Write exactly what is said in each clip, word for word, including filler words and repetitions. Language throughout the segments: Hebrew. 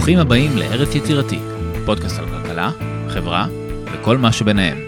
ברוכים הבאים לארץ יצירתי, פודקאסט על כלכלה, חברה וכל מה שביניהם.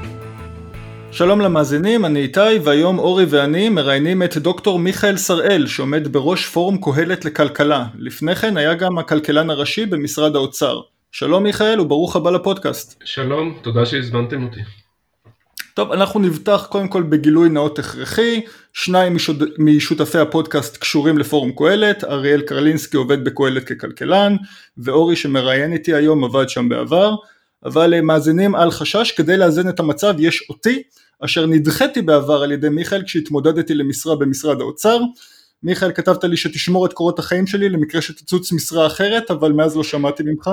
שלום למאזינים, אני איתי, והיום אורי ואני מראיינים את דוקטור מיכאל שראל, שעומד בראש פורום קהלת לכלכלה. לפני כן היה גם הכלכלן הראשי במשרד האוצר. שלום מיכאל וברוך הבא לפודקאסט. שלום, תודה שהזמנתם אותי. טוב, אנחנו נבטח קודם כל בגילוי נאות הכרחי. שניים משותפי הפודקאסט קשורים לפורום קהלת, אריאל קרלינסקי עובד בקהלת ככלכלן, ואורי שמראיין איתי היום עבד שם בעבר. אבל מאזינים על חשש, כדי לאזן את המצב יש אותי, אשר נדחיתי בעבר על ידי מיכאל כשהתמודדתי למשרה במשרד האוצר. מיכאל, כתבת לי שתשמור את קורות החיים שלי למקרה שתצוץ משרה אחרת, אבל מאז לא שמעתי ממך.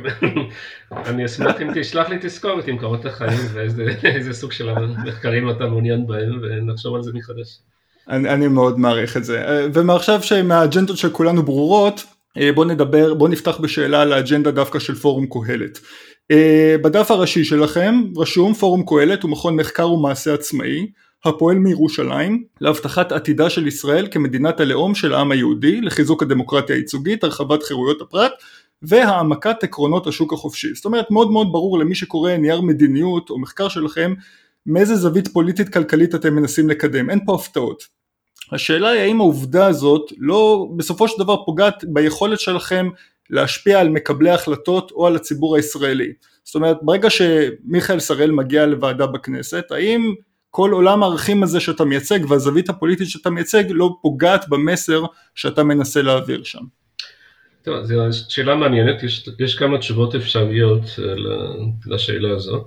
אני אשמח אם תשלח לי תזכורת עם קורות החיים ואיזה סוג של המחקרים אתה מעוניין בהם, ונחשוב על זה מחדש. אני, אני מאוד מעריך את זה. ומעכשיו שמהאג'נדות של כולנו ברורות, בוא נדבר, בוא נפתח בשאלה על האג'נדה דווקא של פורום קהלת. בדף הראשי שלכם רשום פורום קהלת הוא מכון מחקר ומעשה עצמאי הפועל מירושלים להבטחת עתידה של ישראל כמדינת הלאום של העם היהודי, לחיזוק הדמוקרטיה הייצוגית, הרחבת חירויות הפרט והעמקת עקרונות השוק החופשי. זאת אומרת, מאוד מאוד ברור למי שקורא נייר מדיניות או מחקר שלכם מאיזה זווית פוליטית כלכלית אתם מנסים לקדם. אין פה הפתעות. השאלה היא האם העובדה הזאת לא בסופו של דבר פוגעת ביכולת שלכם להשפיע על מקבלי ההחלטות או על הציבור הישראלי. זאת אומרת, ברגע שמיכאל שראל מגיע לוועדה בכנסת, האם כל עולם הערכים הזה שאתה מייצג והזווית הפוליטית שאתה מייצג לא פוגעת במסר שאתה מנסה להעביר שם? טוב, זו שאלה מעניינת, יש, יש כמה תשובות אפשריות לשאלה הזו.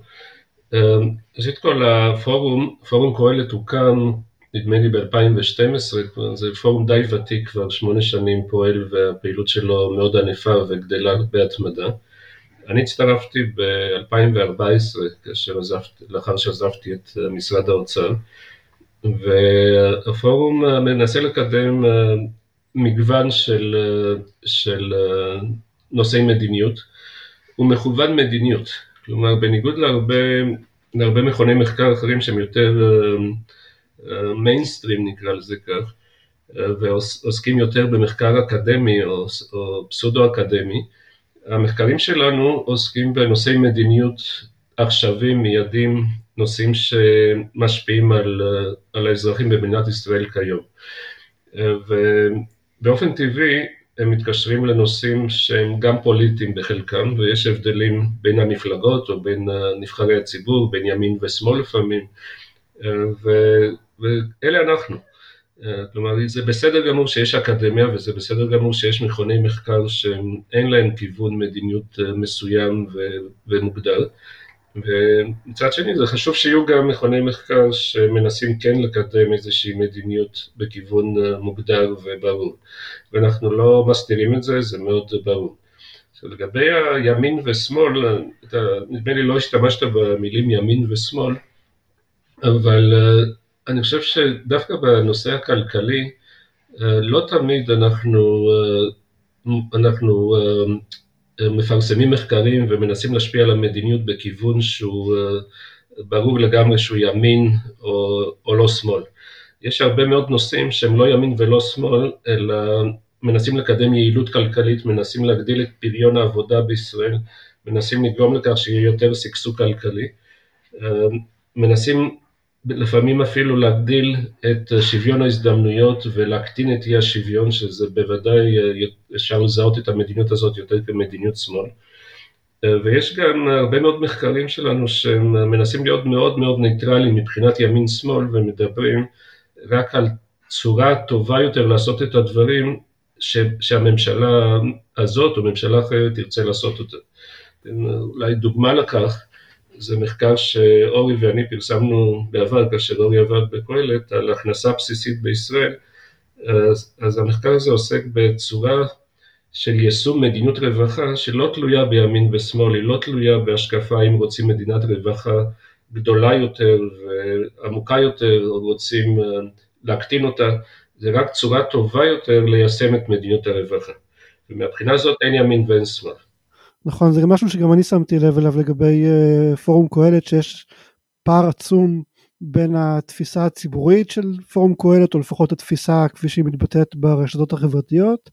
אז את כל הפורום, פורום קהלת הוקם, נדמה לי ב-אלפיים ושתים עשרה, זה פורום די ותיק, כבר שמונה שנים פועל והפעילות שלו מאוד ענפה וגדלה בהתמדה. אני הצטרפתי ב-אלפיים וארבע עשרה, כאשר עזבתי, לאחר שעזבתי את משרד האוצר, והפורום מנסה לקדם מגוון של, של נושאי מדיניות, ומכוון מדיניות. כלומר, בניגוד להרבה, להרבה מכוני מחקר אחרים שהם יותר מיינסטרים נקרא לזה כך, ועוסקים יותר במחקר אקדמי או, או פסודו אקדמי, המחקרים שלנו עוסקים בנושאי מדיניות עכשווים, מיידים, נושאים שמשפיעים על, על האזרחים במדינת ישראל כיום. ובאופן טבעי הם מתקשרים לנושאים שהם גם פוליטיים בחלקם, ויש הבדלים בין המפלגות או בין נבחרי הציבור, בין ימין ושמאל לפעמים, ו, ואלה אנחנו. כלומר, זה בסדר גמור שיש אקדמיה, וזה בסדר גמור שיש מכוני מחקר שאין להם כיוון מדיניות מסוים ומוגדר. ומצד שני, זה חשוב שיהיו גם מכוני מחקר שמנסים כן לקדם איזושהי מדיניות בכיוון מוגדר וברור. ואנחנו לא מסתירים את זה, זה מאוד ברור. לגבי הימין ושמאל, אתה, נדמה לי לא השתמשת במילים ימין ושמאל, אבל אני חושב שדווקא בנושא הכלכלי, לא תמיד אנחנו, אנחנו מפרסמים מחקרים ומנסים להשפיע על המדיניות בכיוון שהוא ברור לגמרי שהוא ימין או, או לא שמאל. יש הרבה מאוד נושאים שהם לא ימין ולא שמאל, אלא מנסים לקדם יעילות כלכלית, מנסים להגדיל את פריון העבודה בישראל, מנסים לגרום לכך שיהיה יותר סכסוך כלכלי, מנסים לפעמים אפילו להגדיל את שוויון ההזדמנויות ולהקטין את אי השוויון, שזה בוודאי אפשר לזהות את המדיניות הזאת יותר כמדיניות שמאל. ויש גם הרבה מאוד מחקרים שלנו שמנסים להיות מאוד מאוד ניטרליים מבחינת ימין שמאל, ומדברים רק על צורה טובה יותר לעשות את הדברים שהממשלה הזאת או ממשלה אחרת תרצה לעשות אותה. אולי דוגמה לכך, זה מחקר שאורי ואני פרסמנו בעבר, כאשר אורי עבד בקהלת, על הכנסה בסיסית בישראל. אז, אז המחקר הזה עוסק בצורה של יישום מדיניות רווחה, שלא תלויה בימין ושמאל, היא לא תלויה בהשקפה אם רוצים מדינת רווחה גדולה יותר ועמוקה יותר, או רוצים להקטין אותה, זה רק צורה טובה יותר ליישם את מדיניות הרווחה. ומהבחינה הזאת אין ימין ואין שמאל. נכון, זה גם משהו שגם אני שמתי לב אליו לגבי uh, פורום קהלת, שיש פער עצום בין התפיסה הציבורית של פורום קהלת, או לפחות התפיסה כפי שהיא מתבטאת ברשתות החברתיות,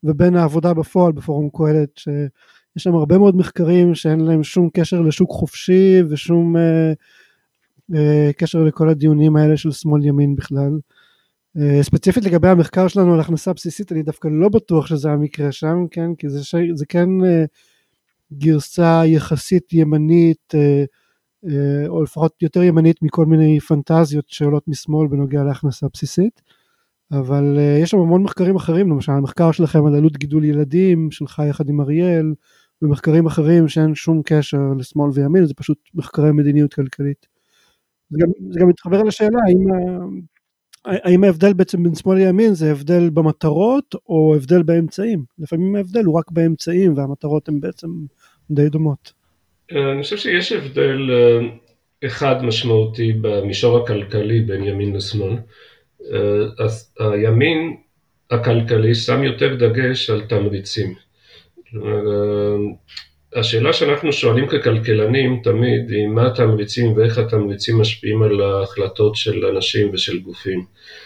ובין העבודה בפועל בפורום קהלת, שיש שם הרבה מאוד מחקרים שאין להם שום קשר לשוק חופשי, ושום אה, אה, קשר לכל הדיונים האלה של שמאל ימין בכלל. אה, ספציפית לגבי המחקר שלנו על הכנסה בסיסית, אני דווקא לא בטוח שזה המקרה שם, כן? כי זה, ש... זה כן אה, גרסה יחסית ימנית, אה, אה, או לפחות יותר ימנית מכל מיני פנטזיות שעולות משמאל בנוגע להכנסה בסיסית. אבל uh, יש שם המון מחקרים אחרים, למשל המחקר שלכם על עלות גידול ילדים, שלך יחד עם אריאל, ומחקרים אחרים שאין שום קשר לשמאל וימין, זה פשוט מחקרי מדיניות כלכלית. זה גם, זה גם מתחבר לשאלה, האם, האם ההבדל בעצם בין שמאל לימין, זה הבדל במטרות, או הבדל באמצעים? לפעמים ההבדל הוא רק באמצעים, והמטרות הן בעצם די דומות. אני חושב שיש הבדל אחד משמעותי במישור הכלכלי בין ימין לשמאל. אז הימין הכלכלי שם יותר דגש על תמריצים. השאלה שאנחנו שואלים ככלכלנים תמיד היא מה התמריצים ואיך התמריצים משפיעים על ההחלטות של אנשים ושל גופים.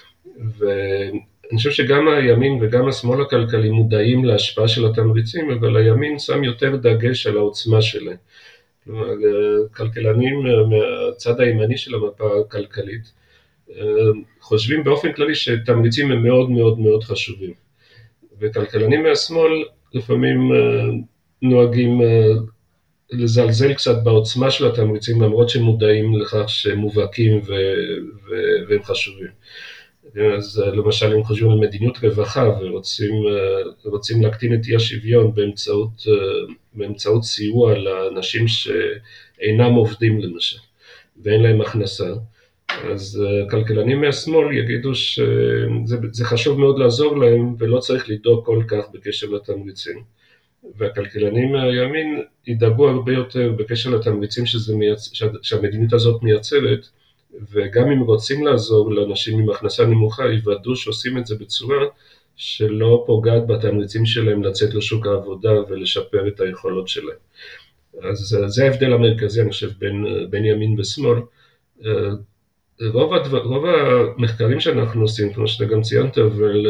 ואני חושב שגם הימין וגם השמאל הכלכלי מודעים להשפעה של התמריצים, אבל הימין שם יותר דגש על העוצמה שלהם. כלומר, כלכלנים מהצד הימני של המפה הכלכלית חושבים באופן כללי שתמריצים הם מאוד מאוד מאוד חשובים. וכלכלנים מהשמאל לפעמים נוהגים לזלזל קצת בעוצמה של התמריצים, למרות שמודעים לכך שהם מובהקים ו- ו- והם חשובים. אז למשל הם חושבים על מדיניות רווחה ורוצים רוצים להקטין את אי השוויון באמצעות, באמצעות סיוע לאנשים שאינם עובדים למשל, ואין להם הכנסה. אז כלכלנים מהשמאל יגידו שזה זה חשוב מאוד לעזור להם ולא צריך לדאוג כל כך בקשר לתמריצים. והכלכלנים מהימין ידאגו הרבה יותר בקשר לתמריצים שזה מייצ... שהמדיניות הזאת מייצרת, וגם אם רוצים לעזור לאנשים עם הכנסה נמוכה, יוודאו שעושים את זה בצורה שלא פוגעת בתמריצים שלהם לצאת לשוק העבודה ולשפר את היכולות שלהם. אז זה ההבדל המרכזי, אני חושב, בין, בין ימין ושמאל. רוב, הדבר, רוב המחקרים שאנחנו עושים, כמו שאתה גם ציינת, אבל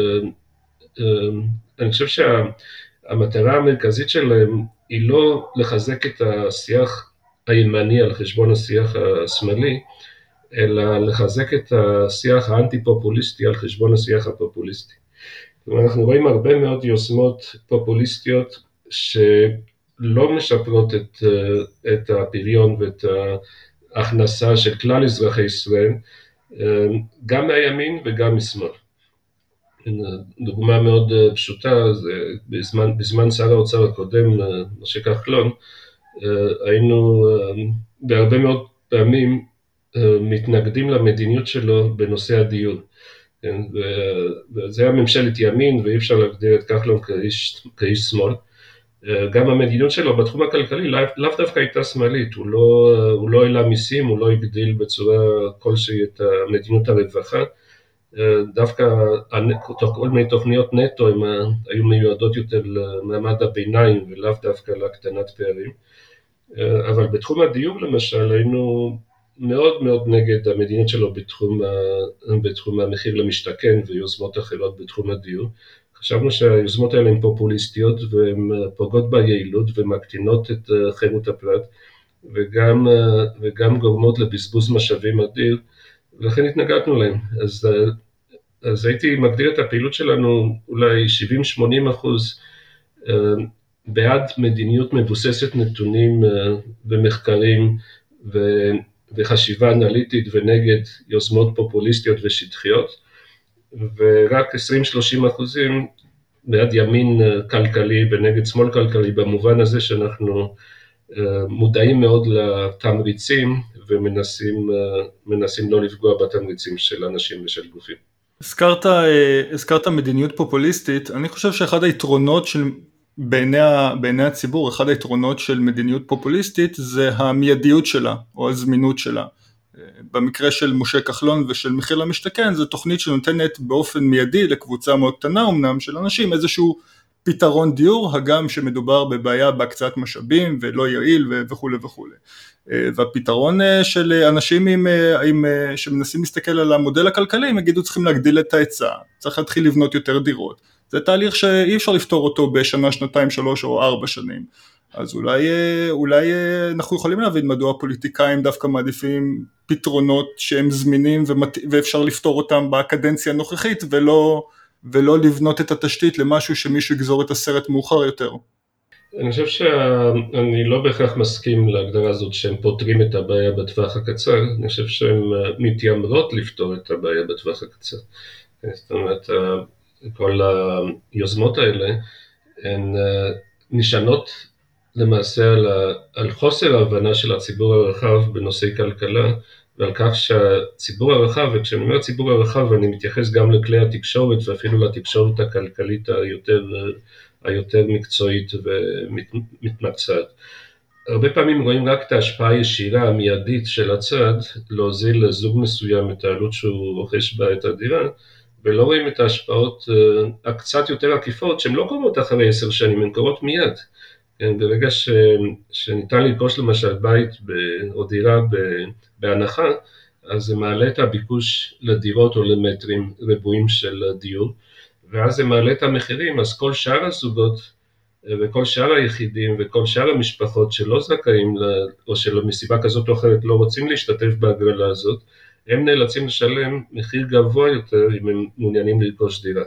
אני חושב שהמטרה המרכזית שלהם היא לא לחזק את השיח הימני על חשבון השיח השמאלי, אלא לחזק את השיח האנטי-פופוליסטי על חשבון השיח הפופוליסטי. כלומר, אנחנו רואים הרבה מאוד יוזמות פופוליסטיות שלא משפרות את, את הפריון ואת ההכנסה של כלל אזרחי ישראל, גם מהימין וגם משמאל. דוגמה מאוד פשוטה, זה בזמן, בזמן שר האוצר הקודם, משה כחלון, היינו בהרבה מאוד פעמים מתנגדים למדיניות שלו בנושא הדיור. וזה היה ממשלת ימין, ואי אפשר להגדיר את כחלון כאיש, כאיש שמאל. גם המדיניות שלו בתחום הכלכלי לאו דווקא הייתה שמאלית, הוא לא, הוא לא העלה מיסים, הוא לא הגדיל בצורה כלשהי את מדיניות הרווחה, דווקא כל מיני תוכניות נטו הם היו מיועדות יותר למעמד הביניים ולאו דווקא להקטנת פערים. אבל בתחום הדיור למשל היינו מאוד מאוד נגד המדיניות שלו בתחום, בתחום המחיר למשתכן ויוזמות אחרות בתחום הדיור. חשבנו שהיוזמות האלה הן פופוליסטיות והן פוגעות ביעילות ומקטינות את חירות הפרט וגם, וגם גורמות לבזבוז משאבים אדיר, ולכן התנגדנו להם. אז, אז הייתי מגדיר את הפעילות שלנו אולי שבעים שמונים אחוז בעד מדיניות מבוססת נתונים ומחקרים ו, וחשיבה אנליטית ונגד יוזמות פופוליסטיות ושטחיות, ורק עשרים שלושים אחוזים בעד ימין כלכלי ונגד שמאל כלכלי, במובן הזה שאנחנו מודעים מאוד לתמריצים ומנסים מנסים לא לפגוע בתמריצים של אנשים ושל גופים. הזכרת, הזכרת מדיניות פופוליסטית. אני חושב שאחד היתרונות של בעיני, בעיני הציבור, אחד היתרונות של מדיניות פופוליסטית זה המיידיות שלה או הזמינות שלה. במקרה של משה כחלון ושל מחיר למשתכן, זו תוכנית שנותנת באופן מיידי לקבוצה מאוד קטנה אמנם של אנשים איזשהו פתרון דיור, הגם שמדובר בבעיה בהקצאת משאבים ולא יעיל וכו' וכו'. והפתרון של אנשים עם, עם, שמנסים להסתכל על המודל הכלכלי, הם יגידו צריכים להגדיל את ההיצע, צריך להתחיל לבנות יותר דירות. זה תהליך שאי אפשר לפתור אותו בשנה, שנתיים, שלוש או ארבע שנים. אז אולי, אולי אנחנו יכולים להבין מדוע הפוליטיקאים דווקא מעדיפים פתרונות שהם זמינים ומת... ואפשר לפתור אותם בקדנציה הנוכחית, ולא, ולא לבנות את התשתית למשהו שמישהו יגזור את הסרט מאוחר יותר. אני חושב שאני לא בהכרח מסכים להגדרה הזאת שהם פותרים את הבעיה בטווח הקצר, אני חושב שהן מתיימרות לפתור את הבעיה בטווח הקצר. זאת אומרת, כל היוזמות האלה הן נשענות למעשה על, ה, על חוסר ההבנה של הציבור הרחב בנושאי כלכלה, ועל כך שהציבור הרחב, וכשאני אומר ציבור הרחב אני מתייחס גם לכלי התקשורת ואפילו לתקשורת הכלכלית היותר, היותר מקצועית ומתמצאת. הרבה פעמים רואים רק את ההשפעה הישירה המיידית של הצד, להוזיל לזוג מסוים את העלות שהוא רוכש בה את הדירה, ולא רואים את ההשפעות הקצת יותר עקיפות, שהן לא קורות אחרי עשר שנים, הן קורות מיד. ברגע ש, שניתן לרכוש למשל בית ב, או דירה ב, בהנחה, אז זה מעלה את הביקוש לדירות או למטרים רבועים של דיור, ואז זה מעלה את המחירים, אז כל שאר הזוגות וכל שאר היחידים וכל שאר המשפחות שלא זכאים, או שמסיבה כזאת או אחרת לא רוצים להשתתף בהגרלה הזאת, הם נאלצים לשלם מחיר גבוה יותר אם הם מעוניינים לרכוש דירה.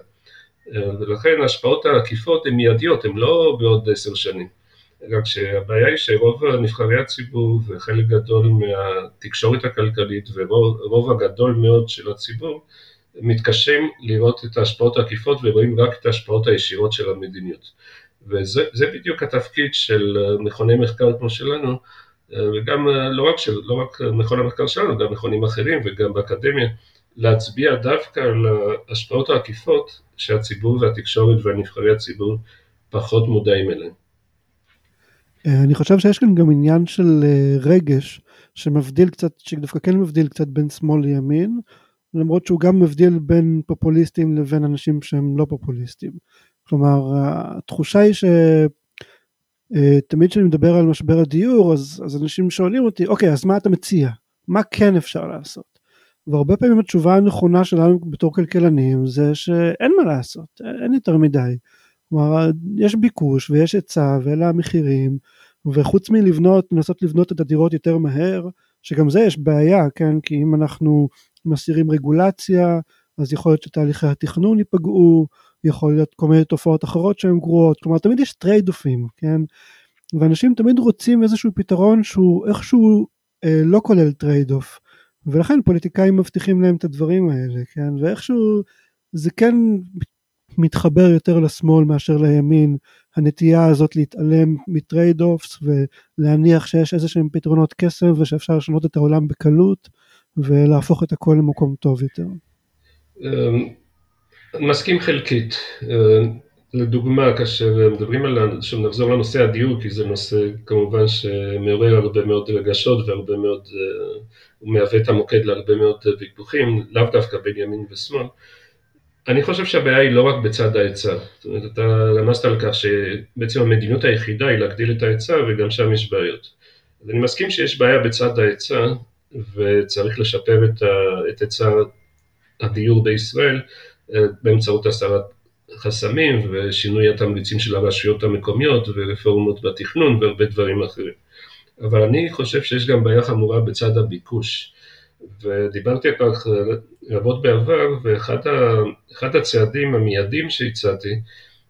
ולכן ההשפעות העקיפות הן מיידיות, הן לא בעוד עשר שנים. רק שהבעיה היא שרוב נבחרי הציבור וחלק גדול מהתקשורת הכלכלית ורוב הגדול מאוד של הציבור מתקשים לראות את ההשפעות העקיפות ורואים רק את ההשפעות הישירות של המדיניות. וזה זה בדיוק התפקיד של מכוני מחקר כמו שלנו, וגם לא רק, של, לא רק מכון המחקר שלנו, גם מכונים אחרים וגם באקדמיה, להצביע דווקא על ההשפעות העקיפות שהציבור והתקשורת והנבחרי הציבור פחות מודעים אליהם. אני חושב שיש כאן גם עניין של רגש שמבדיל קצת, שדווקא כן מבדיל קצת בין שמאל לימין, למרות שהוא גם מבדיל בין פופוליסטים לבין אנשים שהם לא פופוליסטים. כלומר, התחושה היא שתמיד כשאני מדבר על משבר הדיור, אז, אז אנשים שואלים אותי, אוקיי, אז מה אתה מציע? מה כן אפשר לעשות? והרבה פעמים התשובה הנכונה שלנו בתור כלכלנים זה שאין מה לעשות, אין יותר מדי. כלומר, יש ביקוש ויש היצע ואלה המחירים, וחוץ מלבנות, לנסות לבנות את הדירות יותר מהר, שגם זה יש בעיה, כן? כי אם אנחנו מסירים רגולציה, אז יכול להיות שתהליכי התכנון ייפגעו, יכול להיות כל מיני תופעות אחרות שהן גרועות, כלומר תמיד יש טרייד-אופים, כן? ואנשים תמיד רוצים איזשהו פתרון שהוא איכשהו אה, לא כולל טרייד-אוף, ולכן פוליטיקאים מבטיחים להם את הדברים האלה, כן? ואיכשהו זה כן מתחבר יותר לשמאל מאשר לימין, הנטייה הזאת להתעלם מטרייד-אופס, ולהניח שיש איזה שהם פתרונות קסם, ושאפשר לשנות את העולם בקלות, ולהפוך את הכל למקום טוב יותר. אני מסכים חלקית. לדוגמה, כאשר מדברים על, שנחזור לנושא הדיור, כי זה נושא כמובן שמעורר הרבה מאוד רגשות, והרבה מאוד, הוא מהווה את המוקד להרבה מאוד ויכוחים, לאו דווקא בין ימין ושמאל. אני חושב שהבעיה היא לא רק בצד ההיצע. זאת אומרת, אתה רמזת על כך שבעצם המדיניות היחידה היא להגדיל את ההיצע, וגם שם יש בעיות. אז אני מסכים שיש בעיה בצד ההיצע, וצריך לשפר את היצע הדיור בישראל, באמצעות הסרת חסמים ושינוי התמריצים של הרשויות המקומיות ורפורמות בתכנון והרבה דברים אחרים. אבל אני חושב שיש גם בעיה חמורה בצד הביקוש, ודיברתי על כך רבות בעבר, ואחד ה, אחד הצעדים המיידים שהצעתי,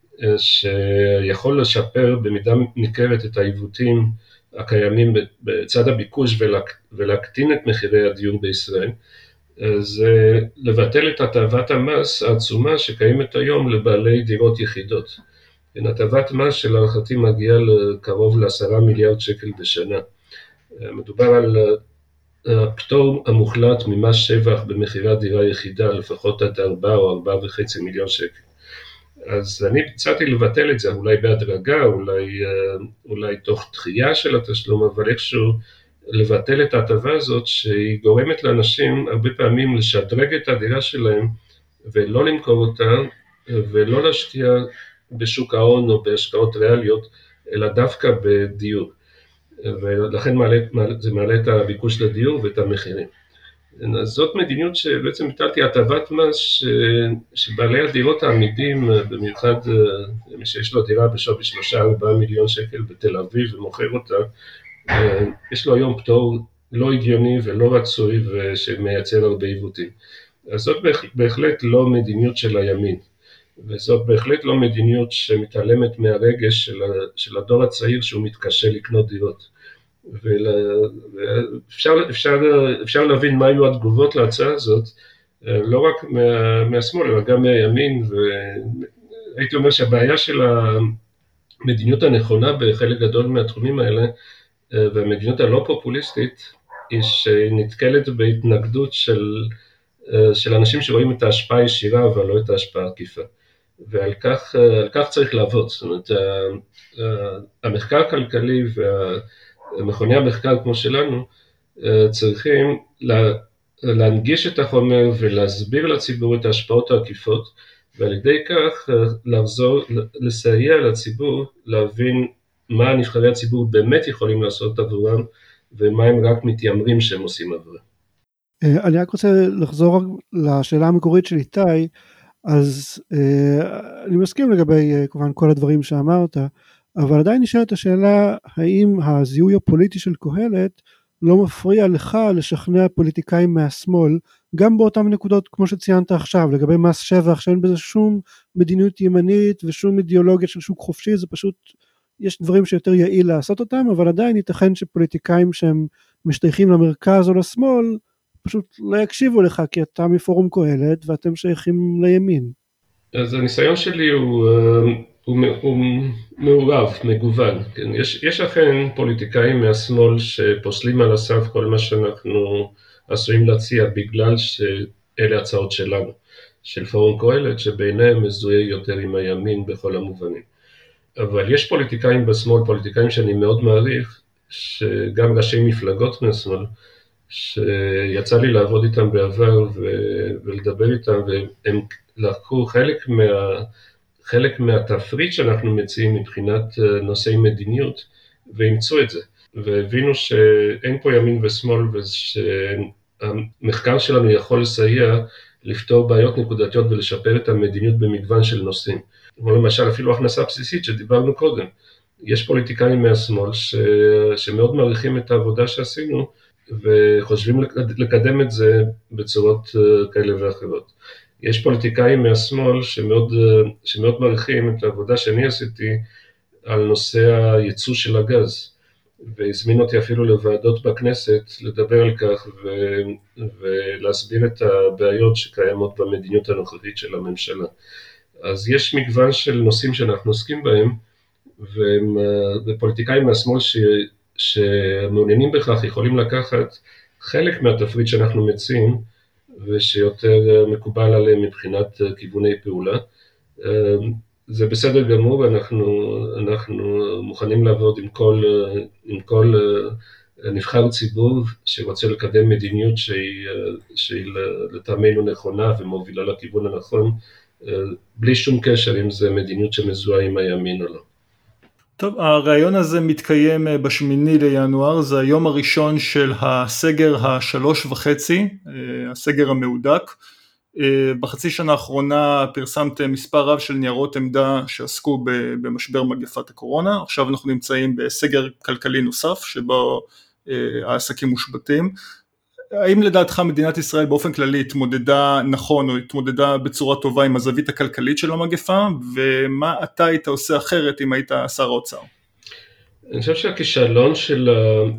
שיכול לשפר במידה ניכרת את העיוותים הקיימים בצד הביקוש ולהקטין את מחירי הדיור בישראל, זה לבטל את הטבת המס העצומה שקיימת היום לבעלי דירות יחידות. הטבת מס שלהערכתי מגיעה לקרוב לעשרה מיליארד שקל בשנה. מדובר על הפטור המוחלט ממס שבח במחירת דירה יחידה, לפחות עד ארבעה או ארבעה וחצי מיליון שקל. אז אני הצעתי לבטל את זה, אולי בהדרגה, אולי, אולי תוך דחייה של התשלום, אבל איכשהו לבטל את ההטבה הזאת שהיא גורמת לאנשים הרבה פעמים לשדרג את הדירה שלהם ולא למכור אותה ולא להשקיע בשוק ההון או בהשקעות ריאליות, אלא דווקא בדיור. ולכן מעלה, זה מעלה את הביקוש לדיור ואת המחירים. אז זאת מדיניות שבעצם הטלתי הטבת מס ש... שבעלי הדירות העמידים, במיוחד מי שיש לו דירה בשווי שלושה ארבעה מיליון שקל בתל אביב ומוכר אותה, יש לו היום פטור לא הגיוני ולא רצוי ושמייצר הרבה עיוותים. אז זאת בהחלט לא מדיניות של הימין, וזאת בהחלט לא מדיניות שמתעלמת מהרגש של, של הדור הצעיר שהוא מתקשה לקנות דירות. ואפשר אפשר, אפשר להבין מה היו התגובות להצעה הזאת, לא רק מה, מהשמאל, אלא גם מהימין, והייתי אומר שהבעיה של המדיניות הנכונה בחלק גדול מהתחומים האלה, והמדיניות הלא פופוליסטית, היא שנתקלת בהתנגדות של, של אנשים שרואים את ההשפעה הישירה, אבל לא את ההשפעה העקיפה. ועל כך, על כך צריך לעבוד. זאת אומרת, המחקר הכלכלי והמכוני המחקר כמו שלנו, צריכים להנגיש את החומר ולהסביר לציבור את ההשפעות העקיפות, ועל ידי כך לחזור, לסייע לציבור להבין מה נבחרי הציבור באמת יכולים לעשות עבורם, ומה הם רק מתיימרים שהם עושים עבורם. אני רק רוצה לחזור לשאלה המקורית של איתי, אז אני מסכים לגבי כמובן כל הדברים שאמרת, אבל עדיין נשאלת השאלה, האם הזיהוי הפוליטי של קהלת לא מפריע לך לשכנע פוליטיקאים מהשמאל, גם באותן נקודות כמו שציינת עכשיו, לגבי מס שבח, שאין בזה שום מדיניות ימנית ושום אידיאולוגיה של שוק חופשי, זה פשוט, יש דברים שיותר יעיל לעשות אותם, אבל עדיין ייתכן שפוליטיקאים שהם משתייכים למרכז או לשמאל, פשוט לא יקשיבו לך, כי אתה מפורום קהלת ואתם שייכים לימין. אז הניסיון שלי הוא, הוא, הוא מעורב, מגוון. כן? יש, יש אכן פוליטיקאים מהשמאל שפוסלים על הסף כל מה שאנחנו עשויים להציע, בגלל שאלה הצעות שלנו, של פורום קהלת, שבעיניהם מזוהה יותר עם הימין בכל המובנים. אבל יש פוליטיקאים בשמאל, פוליטיקאים שאני מאוד מעריך, שגם ראשי מפלגות מהשמאל, שיצא לי לעבוד איתם בעבר ולדבר איתם, והם לקחו חלק, מה, חלק מהתפריט שאנחנו מציעים מבחינת נושאי מדיניות, ואימצו את זה, והבינו שאין פה ימין ושמאל, ושהמחקר שלנו יכול לסייע לפתור בעיות נקודתיות ולשפר את המדיניות במגוון של נושאים. כמו למשל אפילו הכנסה בסיסית שדיברנו קודם. יש פוליטיקאים מהשמאל ש... שמאוד מעריכים את העבודה שעשינו, וחושבים לקדם את זה בצורות כאלה ואחרות. יש פוליטיקאים מהשמאל שמאוד, שמאוד מעריכים את העבודה שאני עשיתי על נושא הייצוא של הגז, והזמין אותי אפילו לוועדות בכנסת לדבר על כך ו... ולהסביר את הבעיות שקיימות במדיניות הנוכחית של הממשלה. אז יש מגוון של נושאים שאנחנו עוסקים בהם, ופוליטיקאים מהשמאל ש... שמעוניינים בכך יכולים לקחת חלק מהתפריט שאנחנו מציעים, ושיותר מקובל עליהם מבחינת כיווני פעולה. זה בסדר גמור, אנחנו, אנחנו מוכנים לעבוד עם כל, עם כל נבחר ציבור שרוצה לקדם מדיניות שהיא, שהיא לטעמנו נכונה ומובילה לכיוון הנכון, בלי שום קשר אם זה מדיניות שמזוהה עם הימין או לא. טוב, הרעיון הזה מתקיים בשמיני לינואר, זה היום הראשון של הסגר השלוש וחצי, הסגר המהודק. בחצי שנה האחרונה פרסמתם מספר רב של ניירות עמדה שעסקו במשבר מגפת הקורונה, עכשיו אנחנו נמצאים בסגר כלכלי נוסף שבו העסקים מושבתים. האם לדעתך מדינת ישראל באופן כללי התמודדה נכון או התמודדה בצורה טובה עם הזווית הכלכלית של המגפה, ומה אתה היית עושה אחרת אם היית שר האוצר? אני חושב שהכישלון של,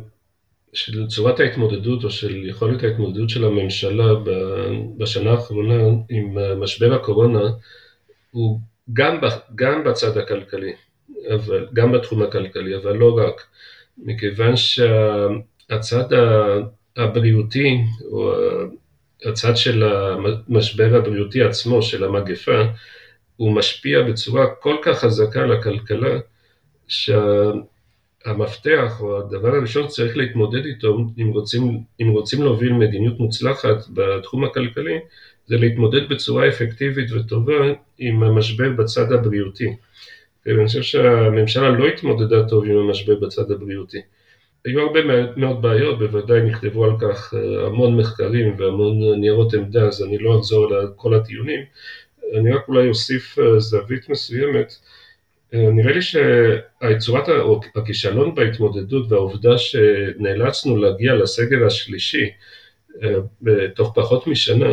של צורת ההתמודדות או של יכולת ההתמודדות של הממשלה בשנה האחרונה עם משבר הקורונה הוא גם, גם בצד הכלכלי, אבל, גם בתחום הכלכלי, אבל לא רק, מכיוון שהצד ה... הבריאותי, או הצד של המשבר הבריאותי עצמו, של המגפה, הוא משפיע בצורה כל כך חזקה לכלכלה, שהמפתח, או הדבר הראשון צריך להתמודד איתו, אם רוצים, אם רוצים להוביל מדיניות מוצלחת בתחום הכלכלי, זה להתמודד בצורה אפקטיבית וטובה עם המשבר בצד הבריאותי. ואני חושב שהממשלה לא התמודדה טוב עם המשבר בצד הבריאותי. היו הרבה מאוד בעיות, בוודאי נכתבו על כך המון מחקרים והמון ניירות עמדה, אז אני לא אחזור על כל הטיעונים, אני רק אולי אוסיף זווית מסוימת. נראה לי שהצורת הכישלון בהתמודדות והעובדה שנאלצנו להגיע לסגר השלישי בתוך פחות משנה,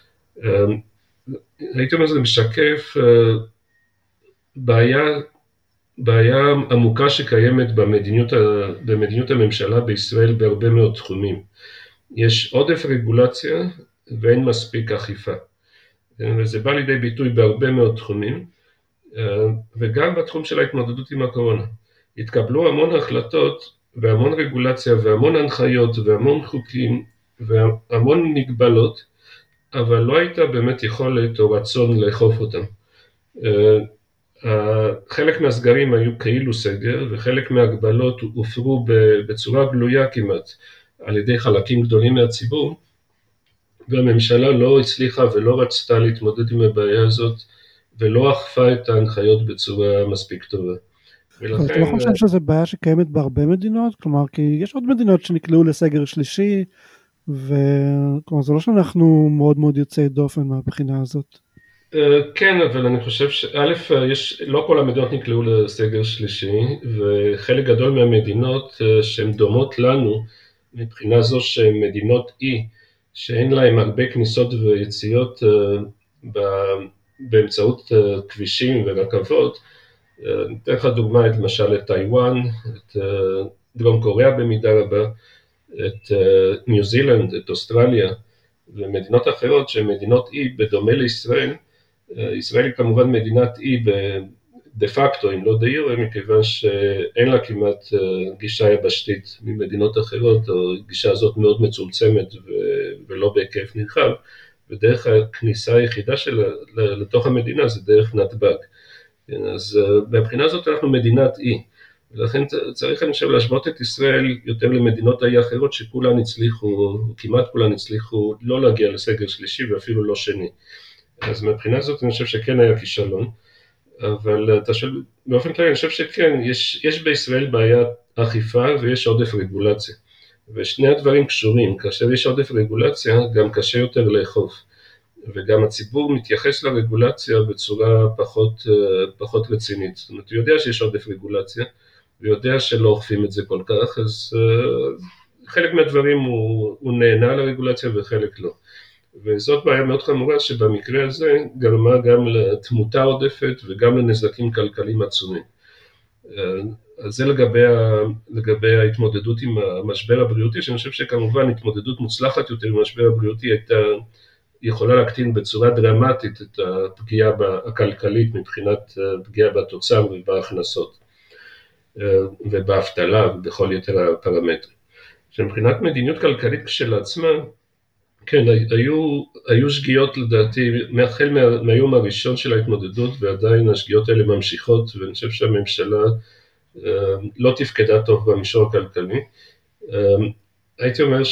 הייתי אומר, זה משקף בעיה, בעיה עמוקה שקיימת במדיניות, במדיניות הממשלה בישראל בהרבה מאוד תחומים. יש עודף רגולציה ואין מספיק אכיפה. וזה בא לידי ביטוי בהרבה מאוד תחומים, וגם בתחום של ההתמודדות עם הקורונה. התקבלו המון החלטות והמון רגולציה והמון הנחיות והמון חוקים והמון מגבלות, אבל לא הייתה באמת יכולת או רצון לאכוף אותם. חלק מהסגרים היו כאילו סגר, וחלק מהגבלות הופרו בצורה גלויה כמעט על ידי חלקים גדולים מהציבור, והממשלה לא הצליחה ולא רצתה להתמודד עם הבעיה הזאת, ולא אכפה את ההנחיות בצורה מספיק טובה. ולכן... אתה לא חושב שזו בעיה שקיימת בהרבה מדינות? כלומר, כי יש עוד מדינות שנקלעו לסגר שלישי, וכלומר, זה לא שאנחנו מאוד מאוד יוצאי דופן מהבחינה הזאת. כן, אבל אני חושב שא', יש, לא כל המדינות נקלעו לסגר שלישי, וחלק גדול מהמדינות שהן דומות לנו, מבחינה זו שהן מדינות אי, שאין להן הרבה כניסות ויציאות באמצעות כבישים ורכבות. ניתן לך דוגמה, למשל את טיואן, את דרום קוריאה במידה רבה, את ניו זילנד, את אוסטרליה, ומדינות אחרות שהן מדינות אי בדומה לישראל. ישראל היא כמובן מדינת אי דה פקטו, אם לא דה יורה, מכיוון שאין לה כמעט גישה יבשתית ממדינות אחרות, או גישה הזאת מאוד מצומצמת ולא בהיקף נרחב, ודרך הכניסה היחידה שלה לתוך המדינה זה דרך נתב"ג. אז מבחינה הזאת אנחנו מדינת אי, ולכן צריך אני חושב להשוות את ישראל יותר למדינות האי אחרות שכולן הצליחו, כמעט כולן הצליחו לא להגיע לסגר שלישי ואפילו לא שני. אז מבחינה זאת אני חושב שכן היה כישלון, אבל אתה שואל, באופן כללי אני חושב שכן, יש, יש בישראל בעיית אכיפה ויש עודף רגולציה, ושני הדברים קשורים. כאשר יש עודף רגולציה גם קשה יותר לאכוף, וגם הציבור מתייחס לרגולציה בצורה פחות, פחות רצינית. זאת אומרת, הוא יודע שיש עודף רגולציה, הוא יודע שלא אוכפים את זה כל כך, אז חלק מהדברים הוא, הוא נהנה לרגולציה וחלק לא. וזאת בעיה מאוד חמורה שבמקרה הזה גרמה גם לתמותה עודפת וגם לנזקים כלכליים עצומים. אז זה לגבי, ה, לגבי ההתמודדות עם המשבר הבריאותי, שאני חושב שכמובן התמודדות מוצלחת יותר עם המשבר הבריאותי הייתה יכולה להקטין בצורה דרמטית את הפגיעה הכלכלית מבחינת פגיעה בתוצר ובהכנסות ובאבטלה ובכל יתר הפרמטרים. שמבחינת מדיניות כלכלית כשלעצמה, כן, היו, היו שגיאות לדעתי, מהחל מה, מהיום הראשון של ההתמודדות, ועדיין השגיאות האלה ממשיכות, ואני חושב שהממשלה אה, לא תפקדה טוב במישור הכלכלי. אה, הייתי אומר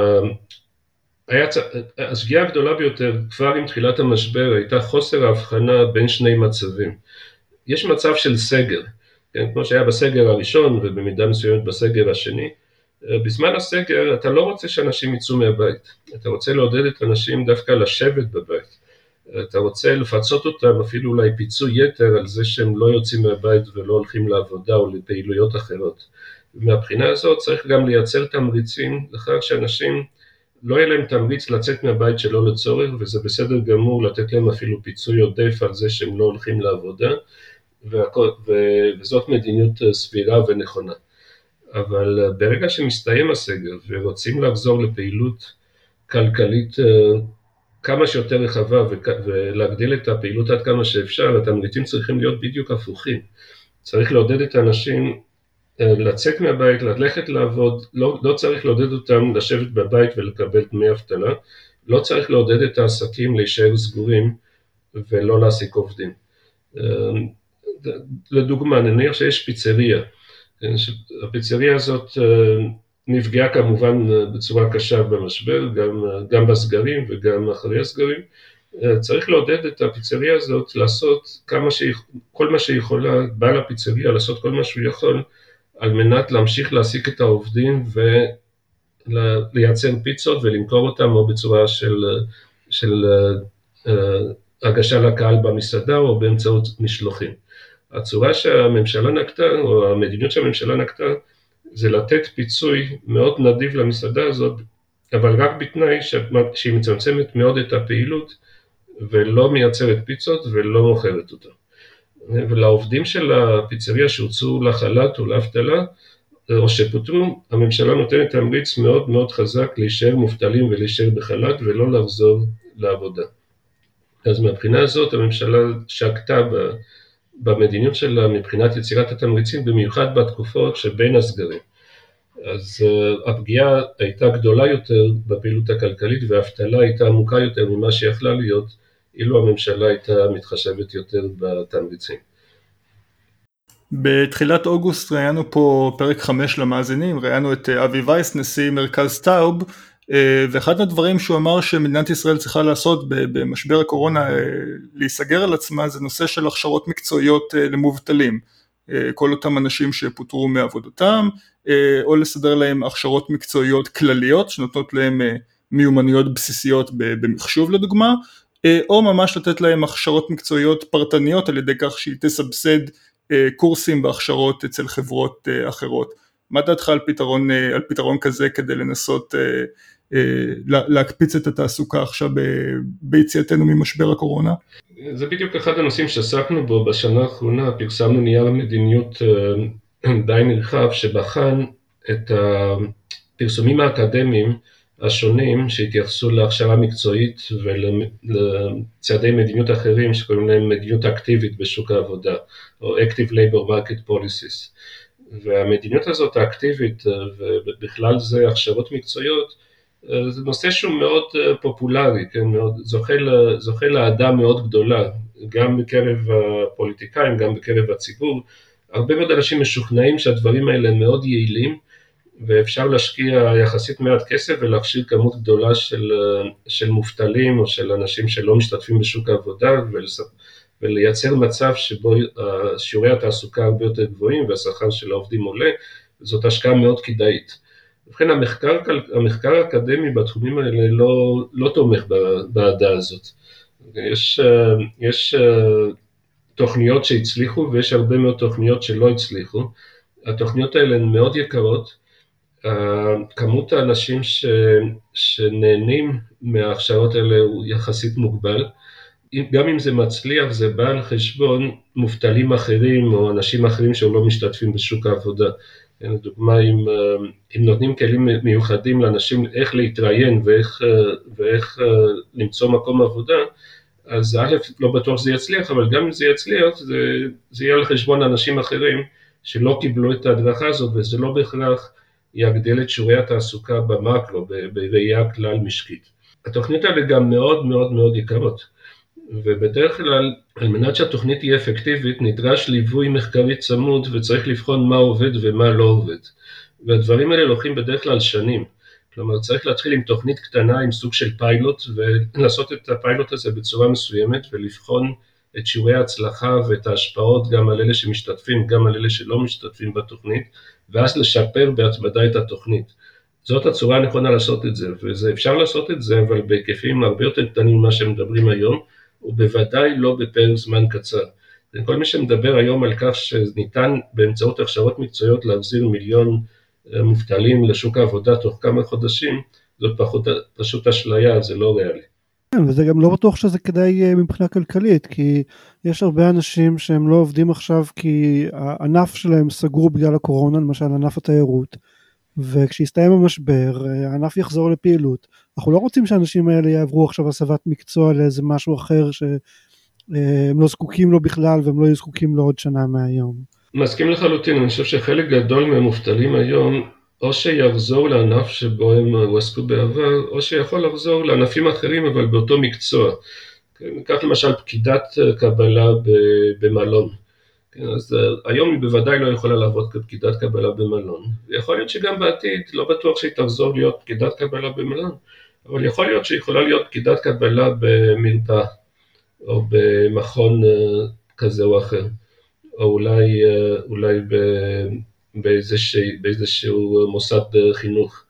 שהשגיאה הגדולה ביותר, כבר עם תחילת המשבר, הייתה חוסר ההבחנה בין שני מצבים. יש מצב של סגר, כן, כמו שהיה בסגר הראשון, ובמידה מסוימת בסגר השני, בזמן הסגר אתה לא רוצה שאנשים יצאו מהבית, אתה רוצה לעודד את אנשים דווקא לשבת בבית, אתה רוצה לפצות אותם אפילו אולי פיצוי יתר על זה שהם לא יוצאים מהבית ולא הולכים לעבודה או לפעילויות אחרות. ומהבחינה הזאת צריך גם לייצר תמריצים לכך שאנשים לא יהיה להם תמריץ לצאת מהבית שלא לצורך, וזה בסדר גמור לתת להם אפילו פיצוי עודף על זה שהם לא הולכים לעבודה, והכל, וזאת מדיניות סבירה ונכונה. אבל ברגע שמסתיים הסגר ורוצים לחזור לפעילות כלכלית כמה שיותר רחבה ולהגדיל את הפעילות עד כמה שאפשר, התמריצים צריכים להיות בדיוק הפוכים. צריך לעודד את האנשים לצאת מהבית, ללכת לעבוד, לא, לא צריך לעודד אותם לשבת בבית ולקבל דמי אבטלה, לא צריך לעודד את העסקים להישאר סגורים ולא להעסיק עובדים. לדוגמה, נניח שיש פיצריה, הפיצריה הזאת נפגעה כמובן בצורה קשה במשבר, גם, גם בסגרים וגם אחרי הסגרים. צריך לעודד את הפיצריה הזאת לעשות כמה שהיא, כל מה שהיא יכולה, בעל הפיצריה לעשות כל מה שהוא יכול, על מנת להמשיך להעסיק את העובדים ולייצר פיצות ולמכור אותם או בצורה של, של uh, הגשה לקהל במסעדה או באמצעות משלוחים. הצורה שהממשלה נקטה, או המדיניות שהממשלה נקטה, זה לתת פיצוי מאוד נדיב למסעדה הזאת, אבל רק בתנאי שהיא מצמצמת מאוד את הפעילות, ולא מייצרת פיצות ולא מוכרת אותה. ולעובדים של הפיצריה שהוצאו לחל"ת או לאבטלה, או שפוטרו, הממשלה נותנת תמריץ מאוד מאוד חזק להישאר מובטלים ולהישאר בחל"ת ולא לחזור לעבודה. אז מהבחינה הזאת הממשלה שקטה במדיניות שלה מבחינת יצירת התמריצים, במיוחד בתקופות שבין הסגרים. אז uh, הפגיעה הייתה גדולה יותר בפעילות הכלכלית, והאבטלה הייתה עמוקה יותר ממה שיכלה להיות, אילו הממשלה הייתה מתחשבת יותר בתמריצים. בתחילת אוגוסט ראינו פה פרק חמש למאזינים, ראינו את אבי וייס, נשיא מרכז טאוב, ואחד הדברים שהוא אמר שמדינת ישראל צריכה לעשות במשבר הקורונה, להיסגר על עצמה, זה נושא של הכשרות מקצועיות למובטלים, כל אותם אנשים שפוטרו מעבודתם, או לסדר להם הכשרות מקצועיות כלליות, שנותנות להם מיומנויות בסיסיות במחשוב לדוגמה, או ממש לתת להם הכשרות מקצועיות פרטניות, על ידי כך שהיא תסבסד קורסים והכשרות אצל חברות אחרות. מה דעתך על פתרון, על פתרון כזה כדי לנסות להקפיץ את התעסוקה עכשיו ביציאתנו ממשבר הקורונה? זה בדיוק אחד הנושאים שעסקנו בו בשנה האחרונה, פרסמנו נייר מדיניות די נרחב שבחן את הפרסומים האקדמיים השונים שהתייחסו להכשרה מקצועית ולצעדי מדיניות אחרים שקוראים להם מדיניות אקטיבית בשוק העבודה, או Active Labor Market Policies. והמדיניות הזאת האקטיבית, ובכלל זה הכשרות מקצועיות, זה נושא שהוא מאוד פופולרי, כן? מאוד, זוכה, זוכה לאהדה מאוד גדולה, גם בקרב הפוליטיקאים, גם בקרב הציבור. הרבה מאוד אנשים משוכנעים שהדברים האלה הם מאוד יעילים, ואפשר להשקיע יחסית מעט כסף ולהכשיר כמות גדולה של, של מובטלים או של אנשים שלא משתתפים בשוק העבודה, ולייצר מצב שבו שיעורי התעסוקה הרבה יותר גבוהים והשכר של העובדים עולה, וזאת השקעה מאוד כדאית. ובכן, המחקר, המחקר האקדמי בתחומים האלה לא, לא תומך בעדה הזאת. יש, יש תוכניות שהצליחו ויש הרבה מאוד תוכניות שלא הצליחו. התוכניות האלה הן מאוד יקרות. כמות האנשים ש, שנהנים מההכשרות האלה הוא יחסית מוגבל. גם אם זה מצליח, זה בא על חשבון מובטלים אחרים או אנשים אחרים שלא משתתפים בשוק העבודה. לדוגמה, אם, אם נותנים כלים מיוחדים לאנשים איך להתראיין ואיך, ואיך למצוא מקום עבודה, אז א', לא בטוח שזה יצליח, אבל גם אם זה יצליח, זה, זה יהיה על חשבון אנשים אחרים שלא קיבלו את ההדרכה הזאת, וזה לא בהכרח יגדל את שיעורי התעסוקה במקרו, בראייה כלל משקית. התוכנית האלה גם מאוד מאוד מאוד יקרות. ובדרך כלל, על מנת שהתוכנית תהיה אפקטיבית, נדרש ליווי מחקרי צמוד, וצריך לבחון מה עובד ומה לא עובד. והדברים האלה לוקחים בדרך כלל שנים. כלומר, צריך להתחיל עם תוכנית קטנה, עם סוג של פיילוט, ולעשות את הפיילוט הזה בצורה מסוימת, ולבחון את שיעורי ההצלחה ואת ההשפעות גם על אלה שמשתתפים, גם על אלה שלא משתתפים בתוכנית, ואז לשפר בהתמדה את התוכנית. זאת הצורה הנכונה לעשות את זה, וזה אפשר לעשות את זה, אבל בהיקפים הרבה יותר קטנים ממה שמדברים היום, ובוודאי לא בפרק זמן קצר. כל מי שמדבר היום על כך שניתן באמצעות הכשרות מקצועיות להחזיר מיליון מובטלים לשוק העבודה תוך כמה חודשים, זאת פחות, פשוט אשליה, זה לא ריאלי. כן, וזה גם לא בטוח שזה כדאי מבחינה כלכלית, כי יש הרבה אנשים שהם לא עובדים עכשיו כי הענף שלהם סגרו בגלל הקורונה, למשל ענף התיירות, וכשיסתיים המשבר, הענף יחזור לפעילות. אנחנו לא רוצים שהאנשים האלה יעברו עכשיו הסבת מקצוע לאיזה משהו אחר שהם לא זקוקים לו בכלל, והם לא יהיו זקוקים לו עוד שנה מהיום. מסכים לחלוטין, אני חושב שחלק גדול מהמובטלים היום, או שיחזור לענף שבו הם הועסקו בעבר, או שיכול לחזור לענפים אחרים, אבל באותו מקצוע. כך למשל פקידת קבלה במלון. אז היום היא בוודאי לא יכולה לעבוד כפקידת קבלה במלון. יכול להיות שגם בעתיד, לא בטוח שהיא תחזור להיות פקידת קבלה במלון, אבל יכול להיות שהיא יכולה להיות פקידת קבלה במרפאה, או במכון כזה או אחר, או אולי, אולי באיזשהו, באיזשהו מוסד חינוך.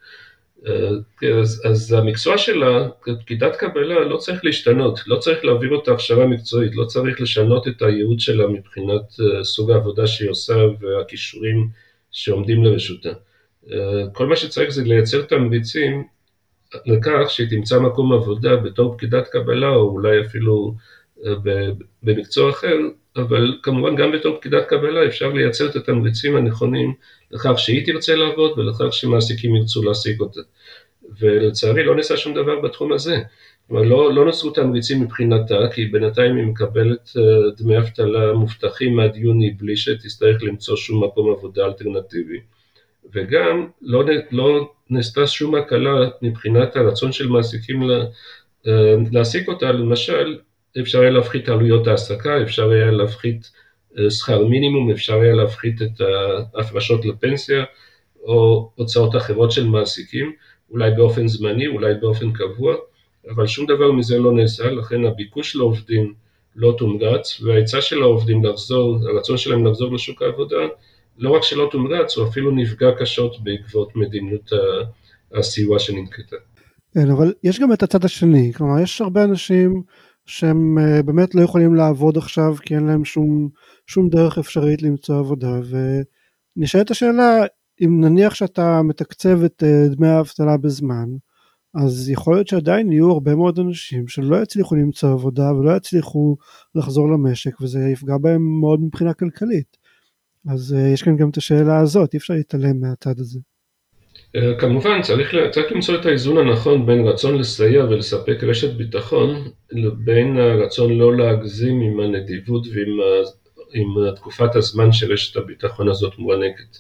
אז, אז המקצוע שלה, פקידת קבלה, לא צריך להשתנות, לא צריך להעביר אותה הכשרה מקצועית, לא צריך לשנות את הייעוד שלה מבחינת סוג העבודה שהיא עושה והכישורים שעומדים לרשותה. כל מה שצריך זה לייצר תמריצים לכך שהיא תמצא מקום עבודה בתור פקידת קבלה, או אולי אפילו במקצוע אחר, אבל כמובן גם בתור פקידת קבלה אפשר לייצר את התמריצים הנכונים לכך שהיא תרצה לעבוד ולכך שמעסיקים ירצו להעסיק אותה. ולצערי לא נעשה שום דבר בתחום הזה. כלומר, לא, לא נוצרו תמריצים מבחינתה, כי בינתיים היא מקבלת דמי אבטלה מובטחים עד יוני בלי שתצטרך למצוא שום מקום עבודה אלטרנטיבי. וגם לא, לא נעשתה שום הקלה מבחינת הרצון של מעסיקים לה, להעסיק אותה. למשל, אפשר היה להפחית עלויות העסקה, אפשר היה להפחית שכר מינימום, אפשר היה להפחית את ההפרשות לפנסיה, או הוצאות אחרות של מעסיקים, אולי באופן זמני, אולי באופן קבוע, אבל שום דבר מזה לא נעשה, לכן הביקוש לעובדים לא תומרץ, וההיצע של העובדים לחזור, הרצון שלהם לחזור לשוק העבודה, לא רק שלא תומרץ, הוא אפילו נפגע קשות בעקבות מדיניות הסיוע שננקטה. כן, אבל יש גם את הצד השני, כלומר, יש הרבה אנשים שהם באמת לא יכולים לעבוד עכשיו, כי אין להם שום, שום דרך אפשרית למצוא עבודה, ונשאלת השאלה, אם נניח שאתה מתקצב את דמי האבטלה בזמן, אז יכול להיות שעדיין יהיו הרבה מאוד אנשים שלא יצליחו למצוא עבודה, ולא יצליחו לחזור למשק, וזה יפגע בהם מאוד מבחינה כלכלית. אז יש כאן גם את השאלה הזאת, אי אפשר להתעלם מהצד הזה. כמובן, צריך, צריך למצוא את האיזון הנכון בין רצון לסייע ולספק רשת ביטחון, לבין הרצון לא להגזים עם הנדיבות ועם עם תקופת הזמן שרשת הביטחון הזאת מוענקת.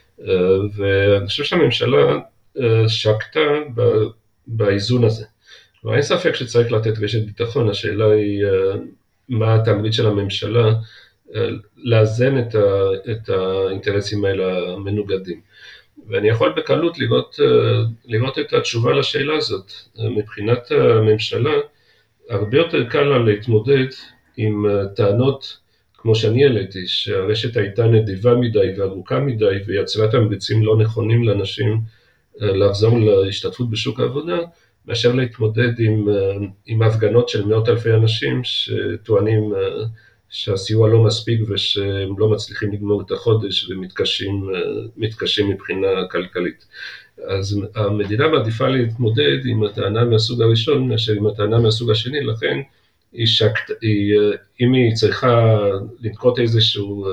ואני חושב שהממשלה שקטה באיזון הזה. אין ספק שצריך לתת רשת ביטחון, השאלה היא מה התמריץ של הממשלה לאזן את, ה, את האינטרסים האלה המנוגדים. ואני יכול בקלות לראות, לראות את התשובה לשאלה הזאת. מבחינת הממשלה, הרבה יותר קל לה להתמודד עם טענות, כמו שאני העליתי, שהרשת הייתה נדיבה מדי וארוכה מדי, ויצרה תמריצים לא נכונים לאנשים לחזור להשתתפות בשוק העבודה, מאשר להתמודד עם, עם הפגנות של מאות אלפי אנשים שטוענים שהסיוע לא מספיק ושהם לא מצליחים לגמור את החודש ומתקשים מתקשים מבחינה כלכלית. אז המדינה מעדיפה להתמודד עם הטענה מהסוג הראשון מאשר עם הטענה מהסוג השני, לכן היא שקט, היא, אם היא צריכה לנקוט איזשהו,